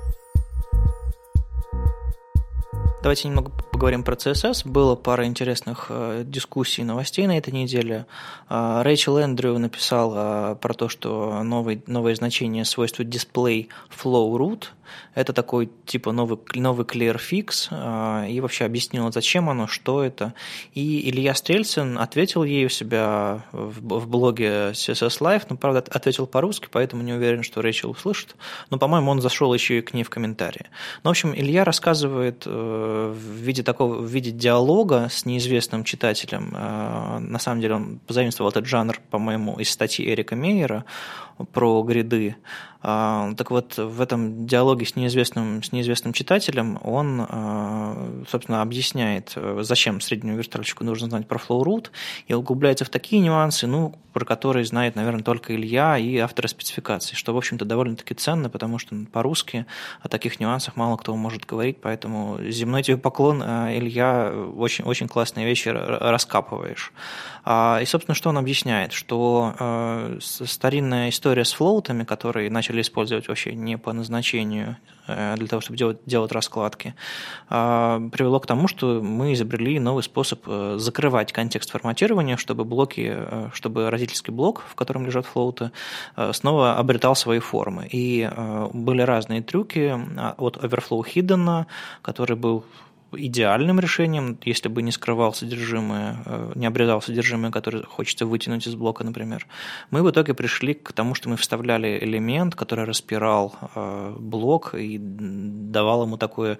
Давайте немного поговорим про си эс эс. Было пара интересных э, дискуссий и новостей на этой неделе. Э, Рэйчел Эндрю написала про то, что новый, новое значение свойства display flow root – это такой типа новый, новый clear fix, э, и вообще объяснила, зачем оно, что это. И Илья Стрельцин ответил ей у себя в, в блоге си эс эс Live, но, правда, ответил по-русски, поэтому не уверен, что Рэйчел услышит. Но, по-моему, он зашел еще и к ней в комментарии. Ну, в общем, Илья рассказывает э, в виде такого, в виде диалога с неизвестным читателем. На самом деле он позаимствовал этот жанр, по-моему, из статьи Эрика Мейера про гриды. Так вот, в этом диалоге с неизвестным, с неизвестным читателем он, собственно, объясняет, зачем среднему виртуальщику нужно знать про FlowRoot, и углубляется в такие нюансы, ну, про которые знает, наверное, только Илья и авторы спецификаций, что, в общем-то, довольно-таки ценно, потому что по-русски о таких нюансах мало кто может говорить, поэтому земной тебе поклон, Илья, очень, очень классные вещи раскапываешь. И, собственно, что он объясняет, что старинная история с флоутами, которые начали использовать вообще не по назначению для того, чтобы делать, делать раскладки, привело к тому, что мы изобрели новый способ закрывать контекст форматирования, чтобы блоки, чтобы родительский блок, в котором лежат флоуты, снова обретал свои формы. И были разные трюки от Overflow Hidden, который был идеальным решением, если бы не скрывал содержимое, не обрезал содержимое, которое хочется вытянуть из блока, например. Мы в итоге пришли к тому, что мы вставляли элемент, который распирал блок и давал ему такое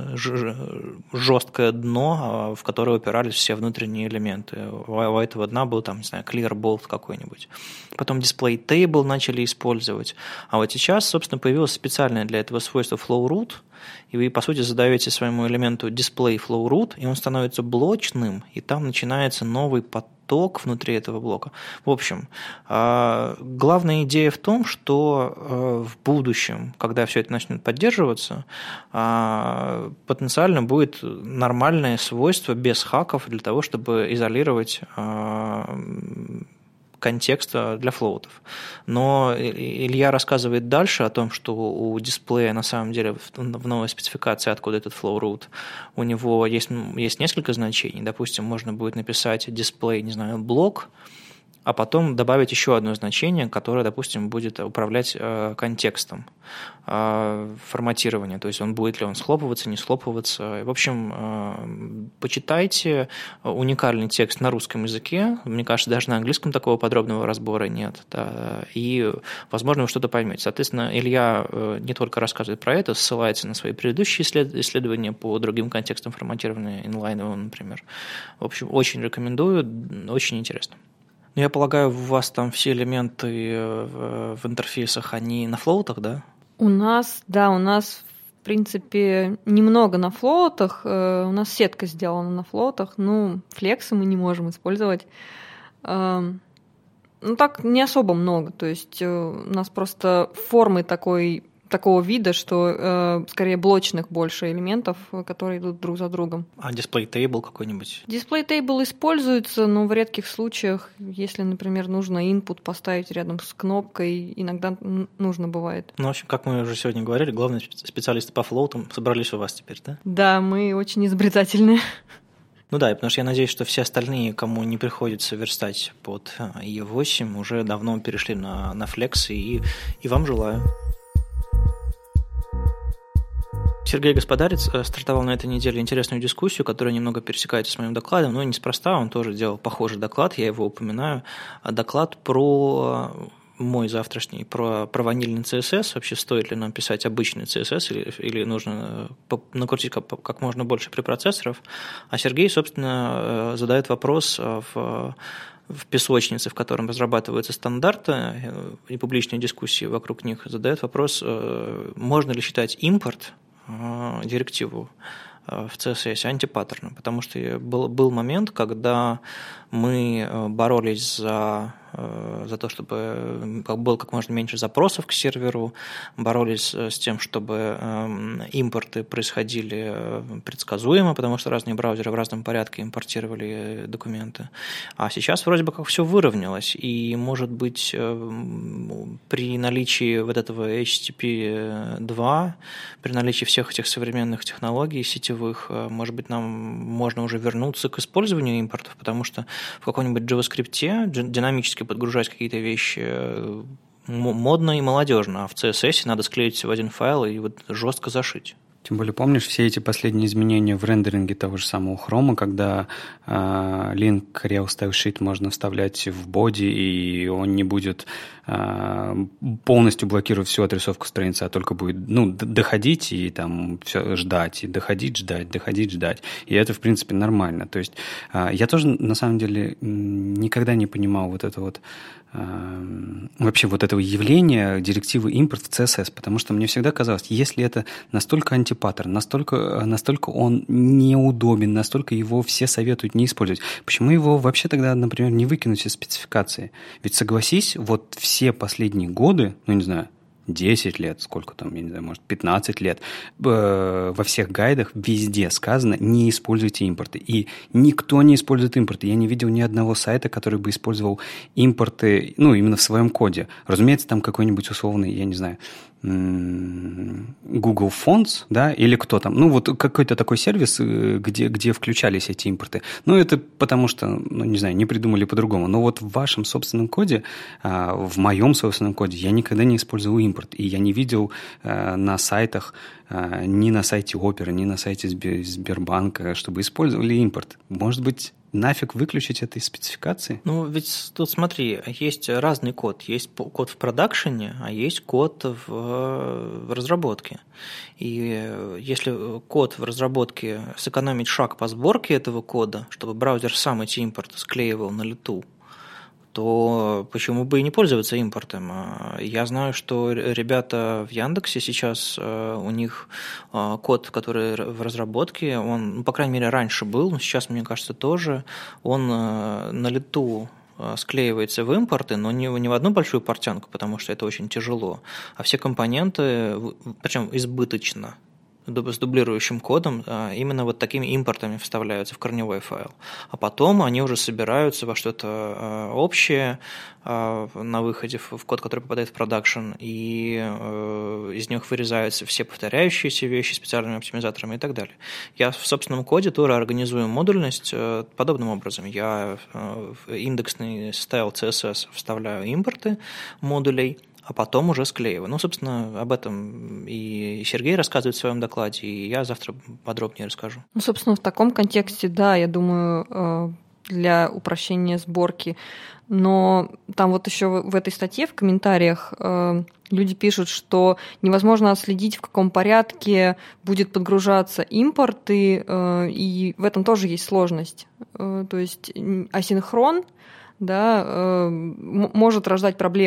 жесткое дно, в которое упирались все внутренние элементы. У этого дна был там, не знаю, clear bolt какой-нибудь. Потом display table начали использовать. А вот сейчас, собственно, появилось специальное для этого свойство FlowRoot, и вы, по сути, задаете своему элементу display FlowRoot, и он становится блочным, и там начинается новый поток внутри этого блока. В общем, главная идея в том, что в будущем, когда все это начнет поддерживаться, потенциально будет нормальное свойство без хаков для того, чтобы изолировать контекста для флоутов. Но Илья рассказывает дальше о том, что у дисплея на самом деле в новой спецификации, откуда этот FlowRoot, у него есть, есть несколько значений. Допустим, можно будет написать дисплей, не знаю, блок, а потом добавить еще одно значение, которое, допустим, будет управлять э, контекстом э, форматирования, то есть он будет ли он схлопываться, не схлопываться. В общем, э, почитайте уникальный текст на русском языке, мне кажется, даже на английском такого подробного разбора нет, да, и, возможно, вы что-то поймете. Соответственно, Илья э, не только рассказывает про это, ссылается на свои предыдущие исследования по другим контекстам форматирования, инлайновым, например. В общем, очень рекомендую, очень интересно. Ну, я полагаю, у вас там все элементы в интерфейсах, они на флоутах, да? У нас, да, у нас в принципе, немного на флоутах. У нас сетка сделана на флоутах. Ну, флексы мы не можем использовать. Ну, так не особо много. То есть у нас просто формы такой, такого вида, что скорее блочных больше элементов, которые идут друг за другом. А дисплей-тейбл какой-нибудь? Дисплей-тейбл используется, но в редких случаях, если, например, нужно input поставить рядом с кнопкой, иногда нужно бывает. Ну, в общем, как мы уже сегодня говорили, главные специалисты по флоутам собрались у вас теперь, да? Да, мы очень изобретательные. Ну да, потому что я надеюсь, что все остальные, кому не приходится верстать под и восемь, уже давно перешли на, на Flex, и, и вам желаю. Сергей Господарец стартовал на этой неделе интересную дискуссию, которая немного пересекается с моим докладом, но неспроста, он тоже делал похожий доклад, я его упоминаю. Доклад про мой завтрашний, про, про ванильный си эс эс, вообще стоит ли нам писать обычный си эс эс или, или нужно накрутить как, как можно больше препроцессоров. А Сергей, собственно, задает вопрос в в песочнице, в котором разрабатываются стандарты и публичные дискуссии вокруг них, задает вопрос, можно ли считать импорт директиву в си эс эс антипаттерном, потому что был, был момент, когда мы боролись за, за то, чтобы было как можно меньше запросов к серверу, боролись с тем, чтобы импорты происходили предсказуемо, потому что разные браузеры в разном порядке импортировали документы. А сейчас вроде бы как все выровнялось, и, может быть, при наличии вот этого эйч ти ти пи два, при наличии всех этих современных технологий сетевых, может быть, нам можно уже вернуться к использованию импортов, потому что в каком-нибудь JavaScript динамически подгружать какие-то вещи модно и молодежно, а в си эс эс надо склеить все в один файл и вот жестко зашить. Тем более, помнишь все эти последние изменения в рендеринге того же самого Chrome, когда э, link Real Style Sheet можно вставлять в боди, и он не будет э, полностью блокировать всю отрисовку страницы, а только будет ну, доходить и там все ждать, и доходить, ждать, доходить, ждать. И это, в принципе, нормально. То есть э, я тоже, на самом деле, никогда не понимал вот это вот вообще вот этого явления директивы импорт в си эс эс, потому что мне всегда казалось, если это настолько антипаттерн, настолько, настолько он неудобен, настолько его все советуют не использовать, почему его вообще тогда, например, не выкинуть из спецификации? Ведь согласись, вот все последние годы, ну не знаю, десять лет, сколько там, я не знаю, может, пятнадцать лет, во всех гайдах везде сказано, не используйте импорты. И никто не использует импорты. Я не видел ни одного сайта, который бы использовал импорты, ну, именно в своем коде. Разумеется, там какой-нибудь условный, я не знаю, Google Fonts, да, или кто там, ну, вот какой-то такой сервис, где, где включались эти импорты. Ну, это потому что, ну, не знаю, не придумали по-другому. Но вот в вашем собственном коде, в моем собственном коде я никогда не использовал импорт. И я не видел на сайтах, ни на сайте Opera, ни на сайте Сбербанка, чтобы использовали импорт. Может быть, нафиг выключить это из спецификации? Ну, ведь тут смотри, есть разный код. Есть код в продакшене, а есть код в, в разработке. И если код в разработке сэкономить шаг по сборке этого кода, чтобы браузер сам эти импорты склеивал на лету, то почему бы и не пользоваться импортом? Я знаю, что ребята в Яндексе сейчас, у них код, который в разработке, он, ну, по крайней мере, раньше был, но сейчас, мне кажется, тоже, он на лету склеивается в импорты, но не, не в одну большую портянку, потому что это очень тяжело, а все компоненты, причем избыточно, с дублирующим кодом, именно вот такими импортами вставляются в корневой файл. А потом они уже собираются во что-то общее на выходе в код, который попадает в продакшн, и из них вырезаются все повторяющиеся вещи специальными оптимизаторами и так далее. Я в собственном коде тоже организую модульность подобным образом. Я в индексный style си эс эс вставляю импорты модулей, а потом уже склеиваю. Ну, собственно, об этом и Сергей рассказывает в своем докладе, и я завтра подробнее расскажу. Ну, собственно, в таком контексте, да, я думаю, для упрощения сборки. Но там вот еще в этой статье в комментариях люди пишут, что невозможно отследить, в каком порядке будет подгружаться импорты, и в этом тоже есть сложность. То есть асинхрон, да, может рождать проблемы,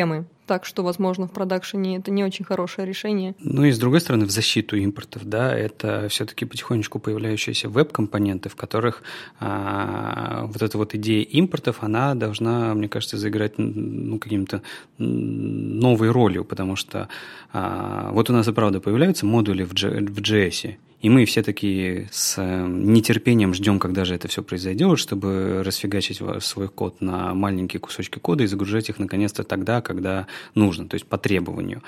Так что, возможно, в продакшене это не очень хорошее решение. Ну и с другой стороны, в защиту импортов, да, это все-таки потихонечку появляющиеся веб-компоненты, в которых а, вот эта вот идея импортов, она должна, мне кажется, заиграть ну, каким-то новой ролью, потому что а, вот у нас и правда появляются модули в, G, в джей эс, и мы все такие с нетерпением ждем, когда же это все произойдет, чтобы расфигачить свой код на маленькие кусочки кода и загружать их наконец-то тогда, когда нужно, то есть по требованию.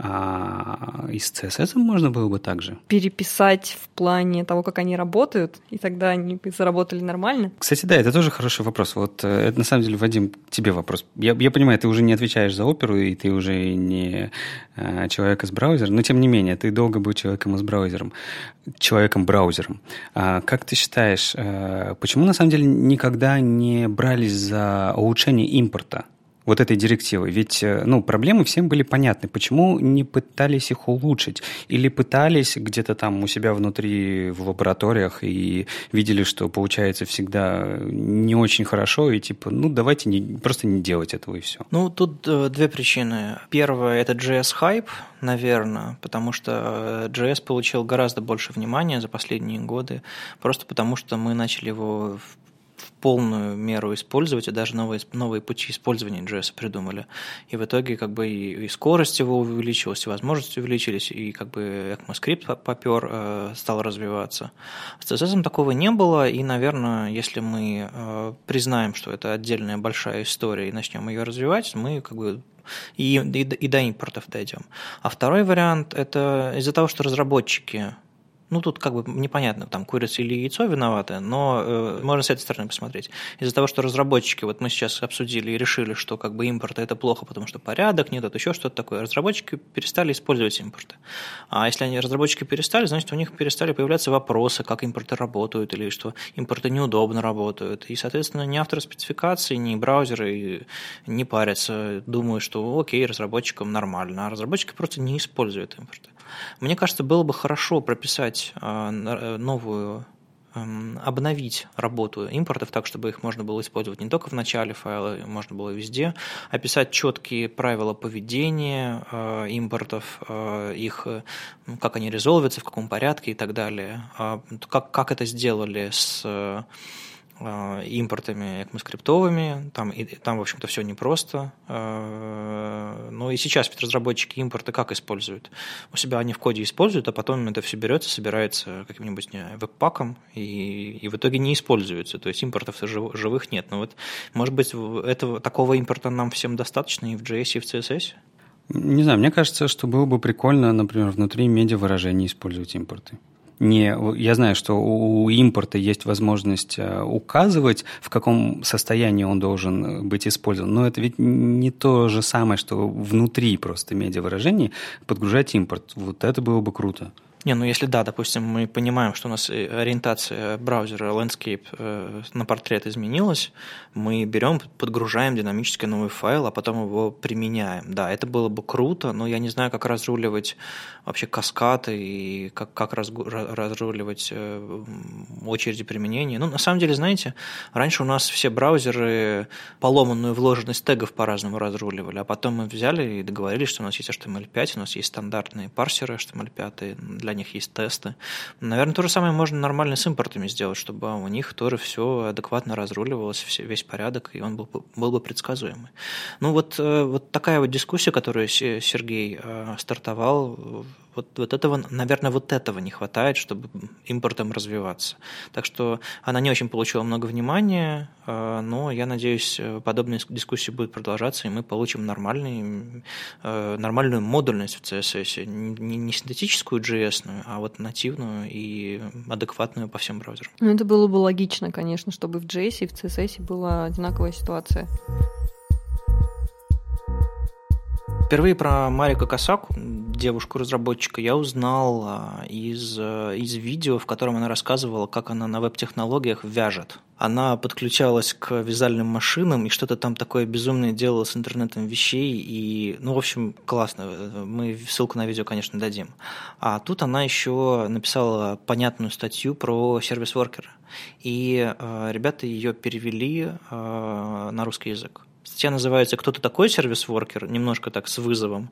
А и с си эс эс можно было бы так же. Переписать в плане того, как они работают, и тогда они заработали нормально? Кстати, да, это тоже хороший вопрос. Вот это на самом деле, Вадим, к тебе вопрос. Я, я понимаю, ты уже не отвечаешь за оперу, и ты уже не а, человек из браузера, но тем не менее, ты долго был человеком из браузером. человеком-браузером. А как ты считаешь, почему на самом деле никогда не брались за улучшение импорта вот этой директивы? Ведь ну, проблемы всем были понятны. Почему не пытались их улучшить? Или пытались где-то там у себя внутри в лабораториях и видели, что получается всегда не очень хорошо, и типа, ну давайте не, просто не делать этого и все? Ну, тут э, две причины. Первая – это джей эс-хайп, наверное, потому что джей эс получил гораздо больше внимания за последние годы, просто потому что мы начали его в в полную меру использовать, и даже новые, новые пути использования джей эс придумали. И в итоге как бы и, и скорость его увеличилась, и возможности увеличились, и как бы ECMAScript попер, стал развиваться. С си эс эс такого не было, и, наверное, если мы признаем, что это отдельная большая история, и начнем ее развивать, мы как бы и, и, и до импортов дойдем. А второй вариант – это из-за того, что разработчики... Ну, тут как бы непонятно, там курица или яйцо виноваты, но э, можно с этой стороны посмотреть. Из-за того, что разработчики, вот мы сейчас обсудили и решили, что как бы импорты – это плохо, потому что порядок нет, это еще что-то такое, разработчики перестали использовать импорты. А если они, разработчики перестали, значит, у них перестали появляться вопросы, как импорты работают, или что импорты неудобно работают. И, соответственно, ни авторы спецификаций, ни браузеры не парятся, думают, что окей, разработчикам нормально, а разработчики просто не используют импорты. Мне кажется, было бы хорошо прописать новую, обновить работу импортов так, чтобы их можно было использовать не только в начале файла, можно было везде, описать четкие правила поведения импортов, их, как они резолвятся, в каком порядке и так далее. Как, как это сделали с импортами ECMAScript'овыми, там, и, там, в общем-то, все непросто. Но и сейчас ведь разработчики импорты как используют? У себя они в коде используют, а потом это все берется, собирается каким-нибудь не, веб-паком, и, и в итоге не используется. То есть импортов живых нет. Но вот, может быть, этого, такого импорта нам всем достаточно и в джей эс, и в си эс эс? Не знаю, мне кажется, что было бы прикольно, например, внутри медиавыражений использовать импорты. Не, я знаю, что у импорта есть возможность указывать, в каком состоянии он должен быть использован, но это ведь не то же самое, что внутри просто медиавыражений подгружать импорт. Вот это было бы круто. Не, ну если да, допустим, мы понимаем, что у нас ориентация браузера Landscape э, на портрет изменилась, мы берем, подгружаем динамически новый файл, а потом его применяем. Да, это было бы круто, но я не знаю, как разруливать вообще каскады и как, как разгу, разруливать э, очереди применения. Ну, на самом деле, знаете, раньше у нас все браузеры поломанную вложенность тегов по-разному разруливали, а потом мы взяли и договорились, что у нас есть эйч ти эм эль пять, у нас есть стандартные парсеры эйч ти эм эль пять, для них есть тесты. Наверное, то же самое можно нормально с импортами сделать, чтобы у них тоже все адекватно разруливалось, все, весь порядок, и он был, был бы предсказуемый. Ну вот, вот такая вот дискуссия, которую Сергей стартовал, вот, вот этого, наверное, вот этого не хватает, чтобы импортом развиваться. Так что она не очень получила много внимания, но я надеюсь, подобные дискуссии будут продолжаться, и мы получим нормальный, нормальную модульность в си эс эс, не, не синтетическую джей эс, а вот нативную и адекватную по всем браузерам. Ну, это было бы логично, конечно, чтобы в джей эс и в си эс эс была одинаковая ситуация. Впервые про Марику Косаку, девушку-разработчика, я узнал из, из видео, в котором она рассказывала, как она на веб-технологиях вяжет. Она подключалась к вязальным машинам и что-то там такое безумное делала с интернетом вещей. И, ну, в общем, классно. Мы ссылку на видео, конечно, дадим. А тут она еще написала понятную статью про сервис-воркера. И э, ребята ее перевели э, на русский язык. Статья называется «Кто ты такой, сервис-воркер?», немножко так с вызовом,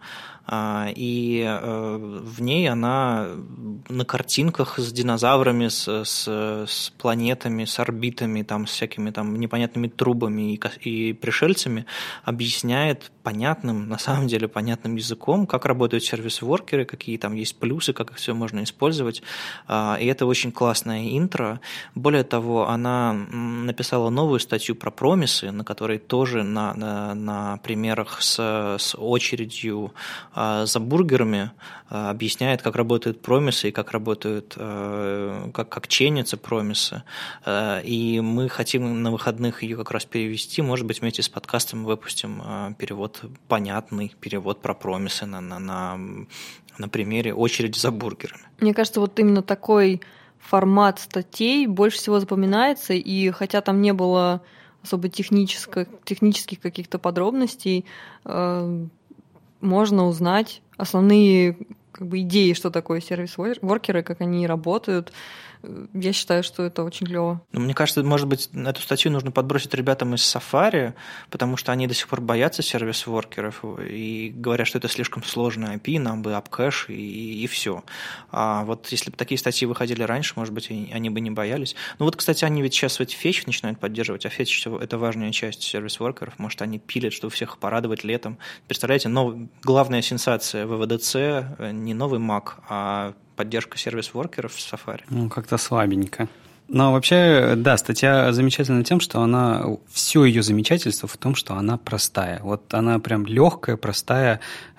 и в ней она на картинках с динозаврами, с, с, с планетами, с орбитами, там, с всякими там непонятными трубами и, и пришельцами объясняет понятным, на самом деле понятным языком, как работают сервис-воркеры, какие там есть плюсы, как их все можно использовать, и это очень классное интро. Более того, она написала новую статью про промисы, на которой тоже на, на, на примерах с, с очередью а, за бургерами а, объясняет, как работают промисы и как работают, а, как, как ченятся промисы. А, и мы хотим на выходных ее как раз перевести, может быть, вместе с подкастом выпустим а, перевод, понятный перевод про промисы на, на, на, на примере очереди за бургерами. Мне кажется, вот именно такой формат статей больше всего запоминается, и хотя там не было особо технических, технических каких-то подробностей, э, можно узнать основные как бы, идеи, что такое сервис-воркеры, как они работают. Я считаю, что это очень клево. Ну, мне кажется, может быть, эту статью нужно подбросить ребятам из Safari, потому что они до сих пор боятся сервис-воркеров и говорят, что это слишком сложный эй пи ай, нам бы апкэш и, и все. А вот если бы такие статьи выходили раньше, может быть, они бы не боялись. Ну вот, кстати, они ведь сейчас эти фетч начинают поддерживать, а фетч – это важная часть сервис-воркеров. Может, они пилят, чтобы всех порадовать летом. Представляете, новый, главная сенсация вэ вэ дэ цэ – не новый Mac, а поддержка сервис-воркеров в Safari. Ну, как-то слабенько. Но вообще, да, статья замечательна тем, что она, все ее замечательство в том, что она простая. Вот она прям легкая, простая.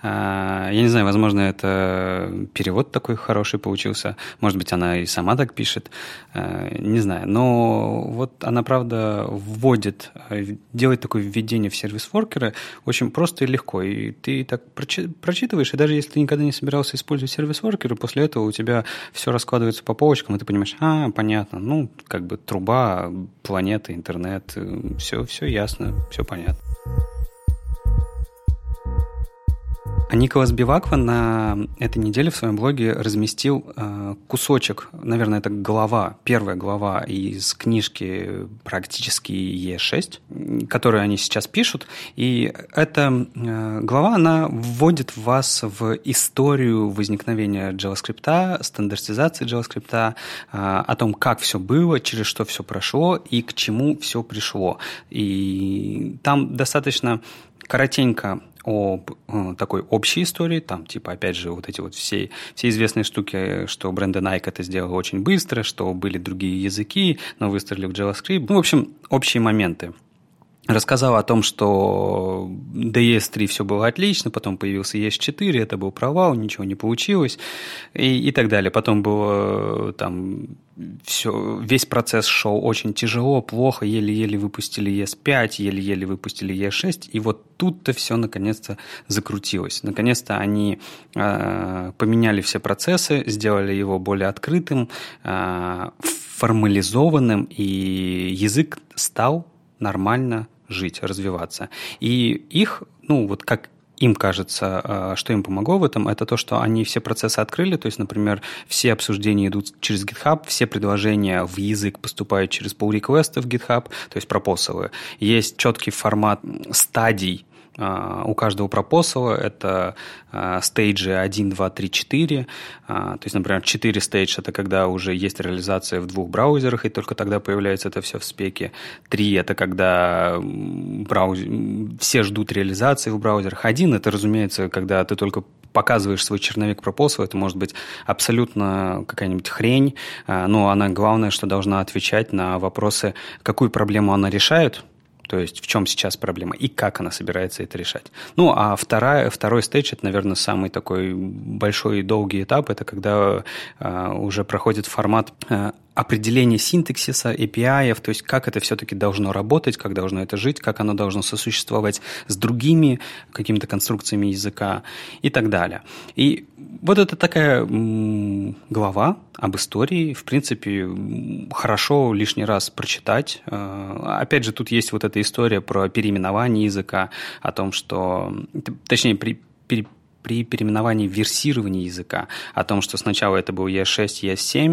Я не знаю, возможно, это перевод такой хороший получился. Может быть, она и сама так пишет. Не знаю. Но вот она, правда, вводит, делает такое введение в сервис-воркеры очень просто и легко. И ты так прочитываешь, и даже если ты никогда не собирался использовать сервис-воркеры, после этого у тебя все раскладывается по полочкам, и ты понимаешь, а, понятно, ну, как бы труба, планета, интернет, все, все ясно, все понятно. А Николас Биваква на этой неделе в своем блоге разместил э, кусочек, наверное, это глава, первая глава из книжки «Практически и эс шесть», которую они сейчас пишут. И эта э, глава, она вводит вас в историю возникновения JavaScript, стандартизации JavaScript, э, о том, как все было, через что все прошло и к чему все пришло. И там достаточно коротенько об э, такой общей истории, там, типа, опять же, вот эти вот все, все известные штуки, что Брэндон Айк это сделал очень быстро, что были другие языки, но выстроили в JavaScript. Ну, в общем, общие моменты. Рассказал о том, что ди и эс три все было отлично, потом появился и эс четыре, это был провал, ничего не получилось, и, и так далее. Потом было там все, весь процесс шел очень тяжело, плохо, еле-еле выпустили и эс пять, еле-еле выпустили и эс шесть, и вот тут-то все наконец-то закрутилось. Наконец-то они э, поменяли все процессы, сделали его более открытым, э, формализованным, и язык стал нормально жить, развиваться. И их, ну, вот как им кажется, что им помогло в этом, это то, что они все процессы открыли, то есть, например, все обсуждения идут через GitHub, все предложения в язык поступают через pull request в GitHub, то есть пропосалы. Есть четкий формат стадий у каждого пропосала, это стейджи один, два, три, четыре. То есть, например, четыре стейдж – это когда уже есть реализация в двух браузерах, и только тогда появляется это все в спеке. три – это когда браузер... все ждут реализации в браузерах. один – это, разумеется, когда ты только показываешь свой черновик пропосала, это может быть абсолютно какая-нибудь хрень, но она, главное, что должна отвечать на вопросы, какую проблему она решает, то есть в чем сейчас проблема и как она собирается это решать. Ну, а вторая, второй стейдж – это, наверное, самый такой большой и долгий этап, это когда э, уже проходит формат э, определение синтаксиса, эй пи ай, то есть как это все-таки должно работать, как должно это жить, как оно должно сосуществовать с другими какими-то конструкциями языка и так далее. И вот это такая м, глава об истории, в принципе, хорошо лишний раз прочитать. Опять же, тут есть вот эта история про переименование языка, о том, что, точнее, при, при при переименовании версирования языка, о том, что сначала это был и эс шесть, и эс семь,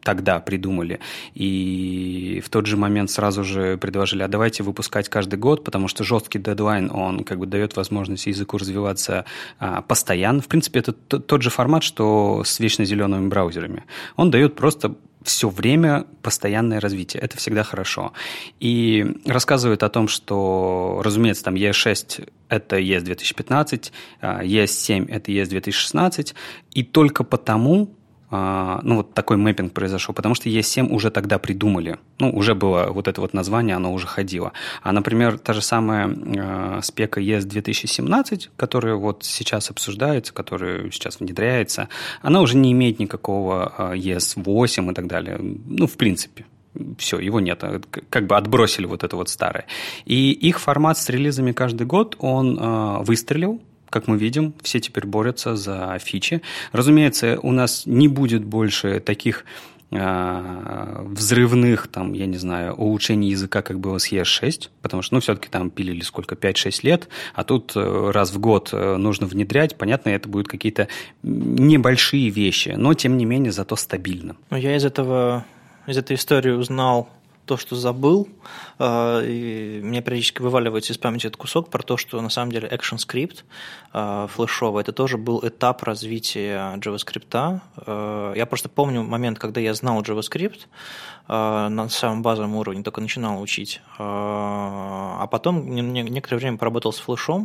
тогда придумали, и в тот же момент сразу же предложили, а давайте выпускать каждый год, потому что жесткий дедлайн, он как бы дает возможность языку развиваться а, постоянно. В принципе, это т- тот же формат, что с вечно зелеными браузерами. Он дает просто все время постоянное развитие. Это всегда хорошо. И рассказывают о том, что, разумеется, там и эс шесть – это и эс две тысячи пятнадцать, и эс семь – это и эс две тысячи шестнадцать, и только потому, ну, вот такой мэппинг произошел, потому что и эс семь уже тогда придумали. Ну, уже было вот это вот название, оно уже ходило. А, например, та же самая э, спека и эс две тысячи семнадцать, которая вот сейчас обсуждается, которая сейчас внедряется, она уже не имеет никакого и эс восемь и так далее. Ну, в принципе. Все, его нет. Как бы отбросили вот это вот старое. И их формат с релизами каждый год, он э, выстрелил. Как мы видим, все теперь борются за фичи. Разумеется, у нас не будет больше таких э, взрывных, там, я не знаю, улучшений языка, как было с и эс шесть, потому что, ну, все-таки там пилили сколько, пять-шесть лет, а тут раз в год нужно внедрять. Понятно, это будут какие-то небольшие вещи, но, тем не менее, зато стабильно. Но я из этого, из этой истории узнал то, что забыл, и мне периодически вываливается из памяти этот кусок про то, что на самом деле ActionScript флешовый, это тоже был этап развития JavaScript. Я просто помню момент, когда я знал JavaScript на самом базовом уровне, только начинал учить, а потом некоторое время поработал с флешом,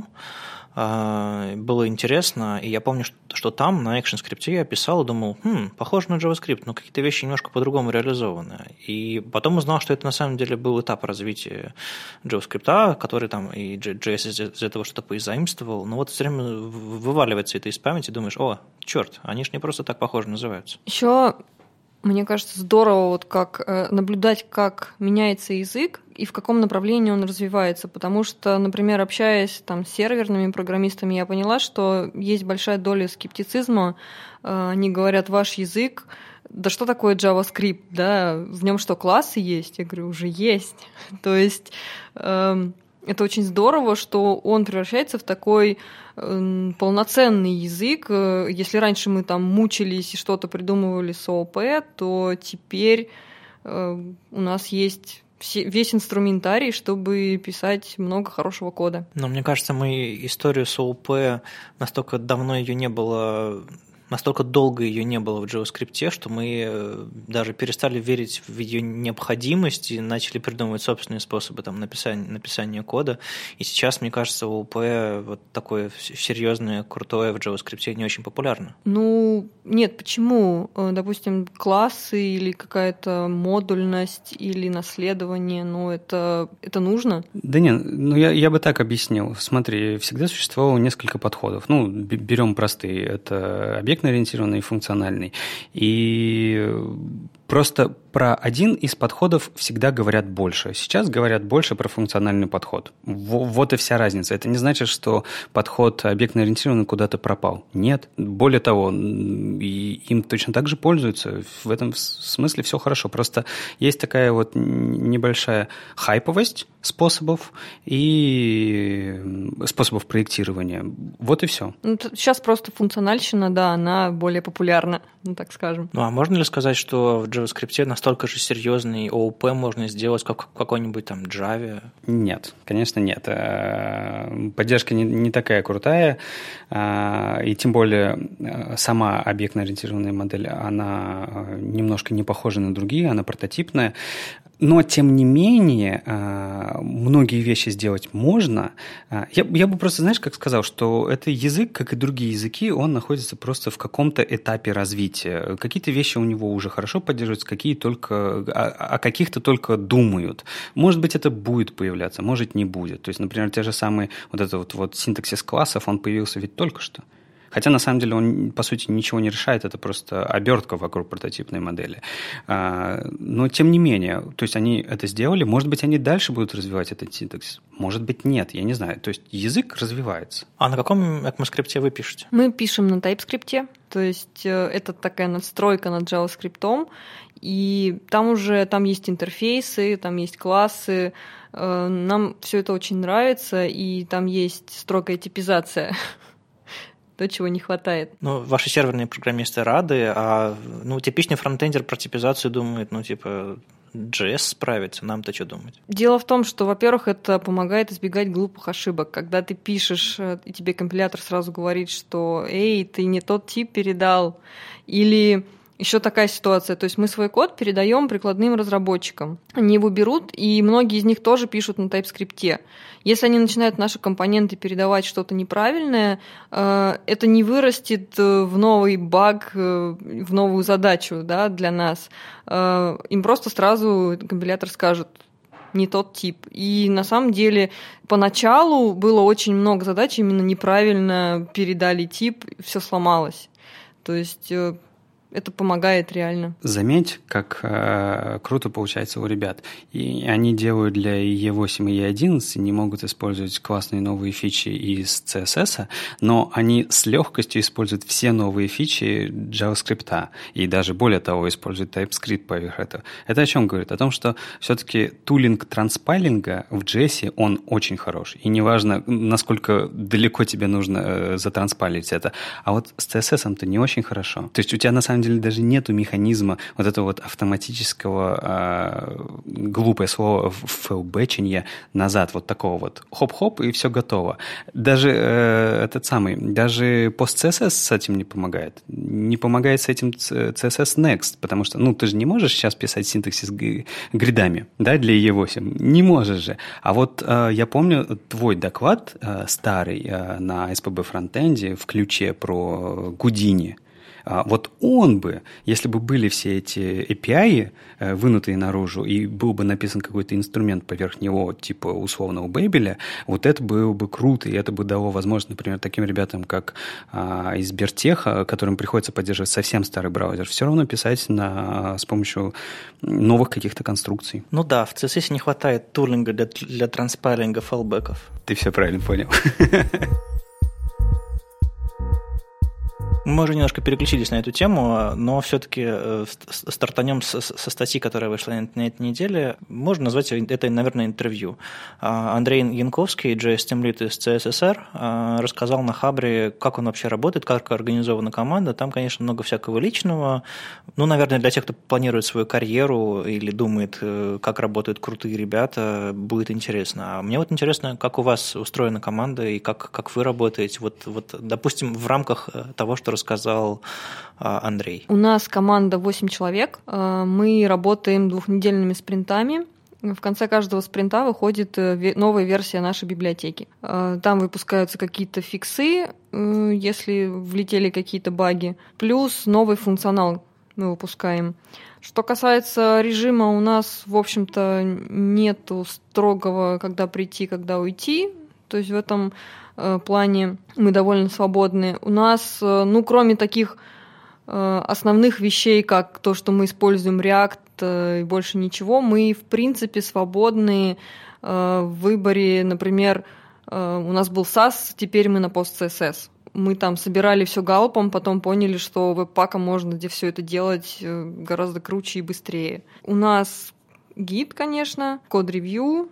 было интересно, и я помню, что, что там на ActionScript я писал и думал, хм, похоже на JavaScript, но какие-то вещи немножко по-другому реализованы. И потом узнал, что это на самом деле был этап развития JavaScript, который там и джей эс из этого что-то поизаимствовал, но вот все время вываливается это из памяти, думаешь, о, черт, они же не просто так похоже называются. Еще, мне кажется, здорово вот как наблюдать, как меняется язык, и в каком направлении он развивается, потому что, например, общаясь там с серверными программистами, я поняла, что есть большая доля скептицизма. Они говорят, ваш язык, да что такое JavaScript, да, в нем что, классы есть? Я говорю, уже есть. То есть э, это очень здорово, что он превращается в такой э, полноценный язык. Если раньше мы там мучились и что-то придумывали с ООП, то теперь э, у нас есть весь инструментарий, чтобы писать много хорошего кода. Но мне кажется, мы историю с ООП, настолько давно ее не было, настолько долго ее не было в JavaScript, что мы даже перестали верить в ее необходимость и начали придумывать собственные способы там, написания, написания кода. И сейчас, мне кажется, ООП вот такое серьезное, крутое в JavaScript не очень популярно. Ну, нет, почему? Допустим, классы или какая-то модульность или наследование, ну, это, это нужно? Да нет, ну я, я бы так объяснил. Смотри, всегда существовало несколько подходов. Ну, берем простые. Это объектно-ориентированный и функциональный. И просто про один из подходов всегда говорят больше. Сейчас говорят больше про функциональный подход. Вот и вся разница. Это не значит, что подход объектно-ориентированный куда-то пропал. Нет. Более того, и им точно так же пользуются. В этом смысле все хорошо. Просто есть такая вот небольшая хайповость способов и способов проектирования. Вот и все. Ну, сейчас просто функциональщина, да, она более популярна, ну так скажем. Ну а можно ли сказать, что в JavaScript настолько же серьезный ООП можно сделать, как в какой-нибудь там Java? Нет, конечно нет. Поддержка не, не такая крутая, и тем более сама объектно-ориентированная модель, она немножко не похожа на другие, она прототипная. Но, тем не менее, многие вещи сделать можно. Я, я бы просто, знаешь, как сказал, что это язык, как и другие языки, он находится просто в каком-то этапе развития. Какие-то вещи у него уже хорошо поддерживаются, какие только, о каких-то только думают. Может быть, это будет появляться, может, не будет. То есть, например, те же самые, вот этот вот, вот синтаксис классов, он появился ведь только что. Хотя, на самом деле, он, по сути, ничего не решает, это просто обертка вокруг прототипной модели. Но, тем не менее, то есть они это сделали, может быть, они дальше будут развивать этот синтаксис, может быть, нет, я не знаю. То есть язык развивается. А на каком ECMAScript вы пишете? Мы пишем на TypeScript, то есть это такая надстройка над JavaScript, и там уже там есть интерфейсы, там есть классы, нам все это очень нравится, и там есть строгая типизация. то, чего не хватает. Ну, ваши серверные программисты рады, а ну, типичный фронтендер про типизацию думает, ну, типа, джей эс справится, нам-то что думать? Дело в том, что, во-первых, это помогает избегать глупых ошибок. Когда ты пишешь, и тебе компилятор сразу говорит, что «Эй, ты не тот тип передал», или еще такая ситуация, то есть мы свой код передаем прикладным разработчикам. Они его берут, и многие из них тоже пишут на TypeScript. Если они начинают наши компоненты передавать что-то неправильное, это не вырастет в новый баг, в новую задачу, да, для нас. Им просто сразу компилятор скажет: не тот тип. И на самом деле поначалу было очень много задач, именно неправильно передали тип, все сломалось. То есть это помогает реально. Заметь, как э, круто получается у ребят. И они делают для и и восемь, и и одиннадцать, не могут использовать классные новые фичи из си эс эс, но они с легкостью используют все новые фичи JavaScript. И даже более того, используют TypeScript поверх этого. Это о чем говорит? О том, что все-таки тулинг транспайлинга в джей эс, он очень хорош. И неважно, насколько далеко тебе нужно э, затранспайлить это. А вот с си эс эс-то не очень хорошо. То есть у тебя на самом деле даже нету механизма вот этого вот автоматического, э, глупое слово, фэлбэчения назад, вот такого вот хоп-хоп, и все готово. Даже э, этот самый, даже пост-си эс эс с этим не помогает. Не помогает с этим си эс эс Next, потому что, ну, ты же не можешь сейчас писать синтаксис гридами, да, для и и восемь. Не можешь же. А вот э, я помню твой доклад э, старый э, на эс пи би фронтенде в ключе про Houdini. Вот он бы, если бы были все эти эй пи ай вынутые наружу, и был бы написан какой-то инструмент поверх него, типа условного Babel, вот это было бы круто, и это бы дало возможность, например, таким ребятам, как а, из Сбертеха, которым приходится поддерживать совсем старый браузер, все равно писать на, с помощью новых каких-то конструкций. Ну да, в си эс эс не хватает тулинга для, для транспайлинга фаллбеков. Ты все правильно понял. Мы уже немножко переключились на эту тему, но все-таки стартанем со статьи, которая вышла на этой неделе. Можно назвать это, наверное, интервью. Андрей Янковский, джей эс Team Lead из си эс эс ар, рассказал на Хабре, как он вообще работает, как организована команда. Там, конечно, много всякого личного. Ну, наверное, для тех, кто планирует свою карьеру или думает, как работают крутые ребята, будет интересно. А мне вот интересно, как у вас устроена команда и как, как вы работаете. Вот, вот, допустим, в рамках того, что рассказал Андрей. У нас команда восемь человек. Мы работаем двухнедельными спринтами. В конце каждого спринта выходит новая версия нашей библиотеки. Там выпускаются какие-то фиксы, если влетели какие-то баги, плюс новый функционал мы выпускаем. Что касается режима, у нас, в общем-то, нету строгого, когда прийти, когда уйти. То есть в этом плане мы довольно свободны. У нас, ну, кроме таких основных вещей, как то, что мы используем React и больше ничего, мы, в принципе, свободны в выборе. Например, у нас был сас, теперь мы на пост-си эс эс. Мы там собирали все галпом, потом поняли, что веб-паком можно где все это делать гораздо круче и быстрее. У нас гид, конечно, код-ревью.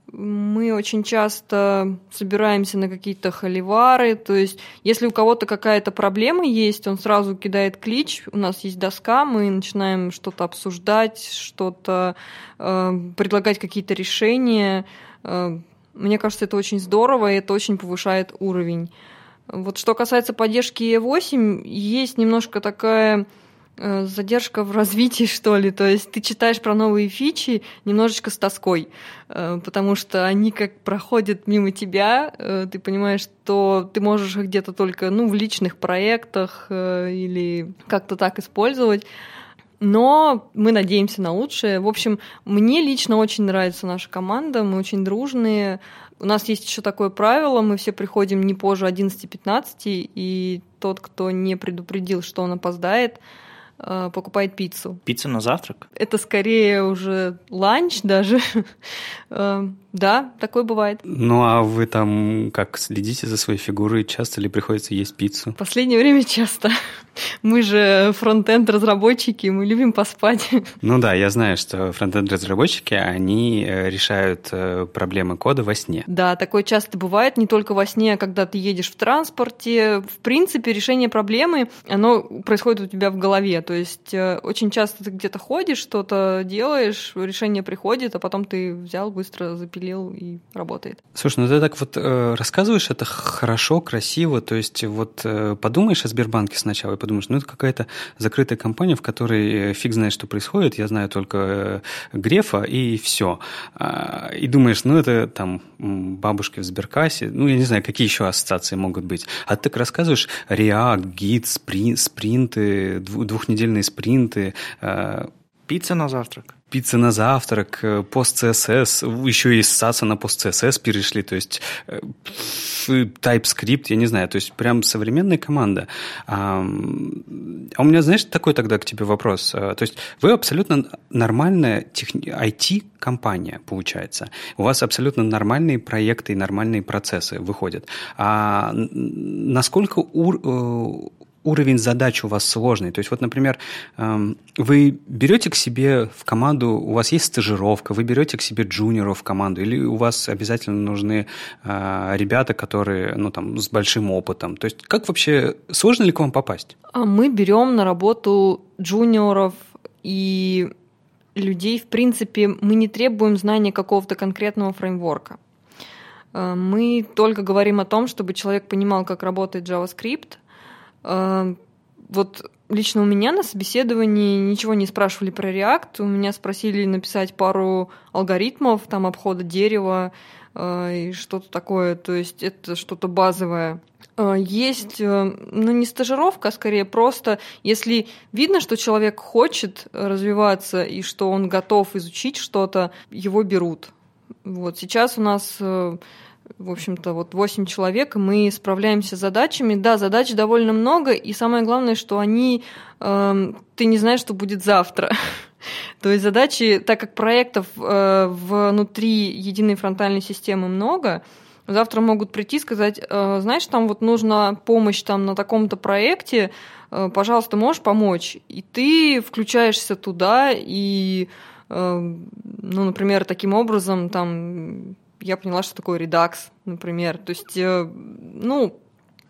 Мы очень часто собираемся на какие-то холивары, то есть если у кого-то какая-то проблема есть, он сразу кидает клич, у нас есть доска, мы начинаем что-то обсуждать, что-то э, предлагать какие-то решения. Э, мне кажется, это очень здорово, и это очень повышает уровень. Вот что касается поддержки и и восемь, есть немножко такая задержка в развитии, что ли. То есть ты читаешь про новые фичи немножечко с тоской, потому что они как проходят мимо тебя, ты понимаешь, что ты можешь их где-то только, ну, в личных проектах или как-то так использовать. Но мы надеемся на лучшее. В общем, мне лично очень нравится наша команда, мы очень дружные. У нас есть еще такое правило, мы все приходим не позже одиннадцати-пятнадцати, и тот, кто не предупредил, что он опоздает, покупает пиццу. Пицца на завтрак? Это скорее уже ланч даже. Да, такое бывает. Ну, а вы там как следите за своей фигурой? Часто ли приходится есть пиццу? В последнее время часто. Мы же фронтенд-разработчики, мы любим поспать. Ну да, я знаю, что фронтенд-разработчики, они решают проблемы кода во сне. Да, такое часто бывает, не только во сне, а когда ты едешь в транспорте. В принципе, решение проблемы, оно происходит у тебя в голове. То есть очень часто ты где-то ходишь, что-то делаешь, решение приходит, а потом ты взял, быстро запилил и работает. Слушай, ну ты так вот э, рассказываешь это хорошо, красиво, то есть вот э, подумаешь о Сбербанке сначала и подумаешь, ну это какая-то закрытая компания, в которой фиг знает, что происходит, я знаю только э, Грефа и все. А, и думаешь, ну это там бабушки в Сберкассе, ну я не знаю, какие еще ассоциации могут быть. А ты так рассказываешь React, Git, сприн, спринты, двухнедельные спринты. Э, Пицца на завтрак. Пицца на завтрак, пост-си эс эс, еще и ссаться на пост-си эс эс перешли, то есть TypeScript, я не знаю, то есть прям современная команда. А у меня, знаешь, такой тогда к тебе вопрос. То есть вы абсолютно нормальная ай ти-компания, получается. У вас абсолютно нормальные проекты и нормальные процессы выходят. А насколько ур... уровень задач у вас сложный. То есть, вот, например, вы берете к себе в команду, у вас есть стажировка, вы берете к себе джуниоров в команду, или у вас обязательно нужны ребята, которые, ну, там, с большим опытом. То есть, как вообще, сложно ли к вам попасть? Мы берем на работу джуниоров и людей, в принципе, мы не требуем знания какого-то конкретного фреймворка. Мы только говорим о том, чтобы человек понимал, как работает JavaScript. Вот лично у меня на собеседовании ничего не спрашивали про React, у меня спросили написать пару алгоритмов, там обхода дерева и что-то такое, то есть это что-то базовое. Есть, ну не стажировка, а скорее просто, если видно, что человек хочет развиваться и что он готов изучить что-то, его берут. Вот сейчас у нас... В общем-то, вот восемь человек, и мы справляемся с задачами. Да, задач довольно много, и самое главное, что они... Э, ты не знаешь, что будет завтра. То есть задачи, так как проектов э, внутри единой фронтальной системы много, завтра могут прийти и сказать, э, знаешь, там вот нужна помощь там, на таком-то проекте, э, пожалуйста, можешь помочь? И ты включаешься туда, и, э, ну, например, таким образом там... Я поняла, что такое Redux, например. То есть, ну,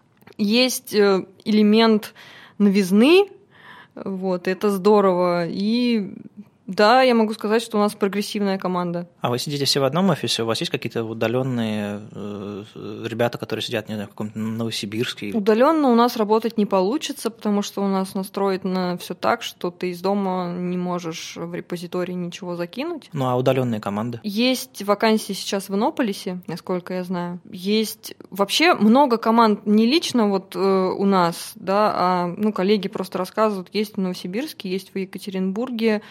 есть элемент новизны, вот, это здорово. И да, я могу сказать, что у нас прогрессивная команда. А вы сидите все в одном офисе? У вас есть какие-то удаленные ребята, которые сидят, не знаю, в каком-то Новосибирске? Удаленно у нас работать не получится, потому что у нас настроено все так, что ты из дома не можешь в репозиторий ничего закинуть. Ну, а удаленные команды? Есть вакансии сейчас в Иннополисе, насколько я знаю. Есть вообще много команд, не лично вот э, у нас, да, а ну, коллеги просто рассказывают, есть в Новосибирске, есть в Екатеринбурге,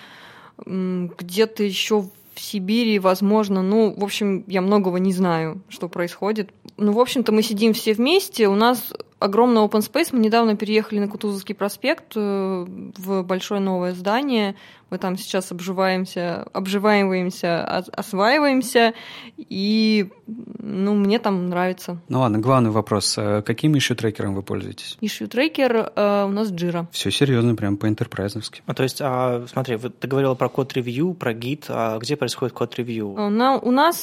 где-то еще в Сибири, возможно, ну, в общем, я многого не знаю, что происходит. Ну, в общем-то, мы сидим все вместе, у нас огромный open space, мы недавно переехали на Кутузовский проспект в большое новое здание, мы там сейчас обживаемся, обживаемся, осваиваемся, и, ну, мне там нравится. Ну ладно, главный вопрос, каким issue-трекером вы пользуетесь? Issue-трекер э, у нас Jira. Все серьезно, прям по-энтерпрайзовски. А, то есть, а, смотри, ты говорила про код-ревью, про Git, а где происходит код-ревью? У нас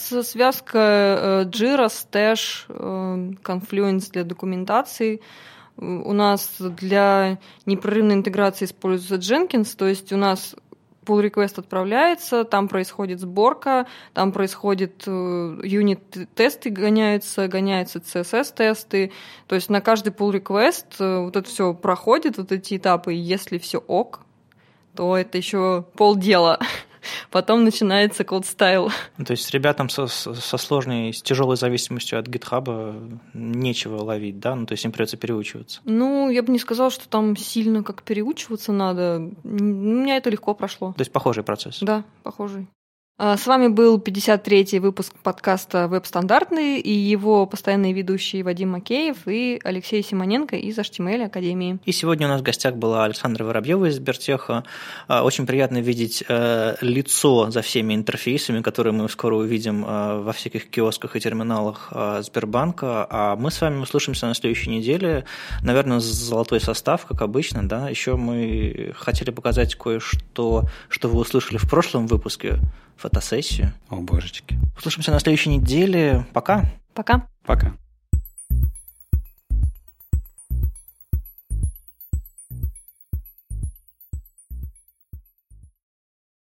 связка Jira, Stash, Confluence для документации. У нас для непрерывной интеграции используется Jenkins, то есть у нас pull request отправляется, там происходит сборка, там происходит юнит-тесты гоняются, гоняются си эс эс-тесты, то есть на каждый pull request вот это все проходит, вот эти этапы, и если все ок, то это еще полдела. Потом начинается код-стайл. То есть ребятам со, со сложной, с тяжелой зависимостью от GitHub нечего ловить, да? Ну, то есть им придется переучиваться. Ну, я бы не сказала, что там сильно как переучиваться надо. У меня это легко прошло. То есть похожий процесс? Да, похожий. С вами был пятьдесят третий выпуск подкаста «Веб-стандартный» и его постоянные ведущие Вадим Макеев и Алексей Симоненко из эйч ти эм эль Академии. И сегодня у нас в гостях была Александра Воробьева из Сбертеха. Очень приятно видеть лицо за всеми интерфейсами, которые мы скоро увидим во всяких киосках и терминалах Сбербанка. А мы с вами услышимся на следующей неделе. Наверное, золотой состав, как обычно. Да? Еще мы хотели показать кое-что, что вы услышали в прошлом выпуске. Фотосессию. О, божечки. Услышимся на следующей неделе. Пока. Пока. Пока.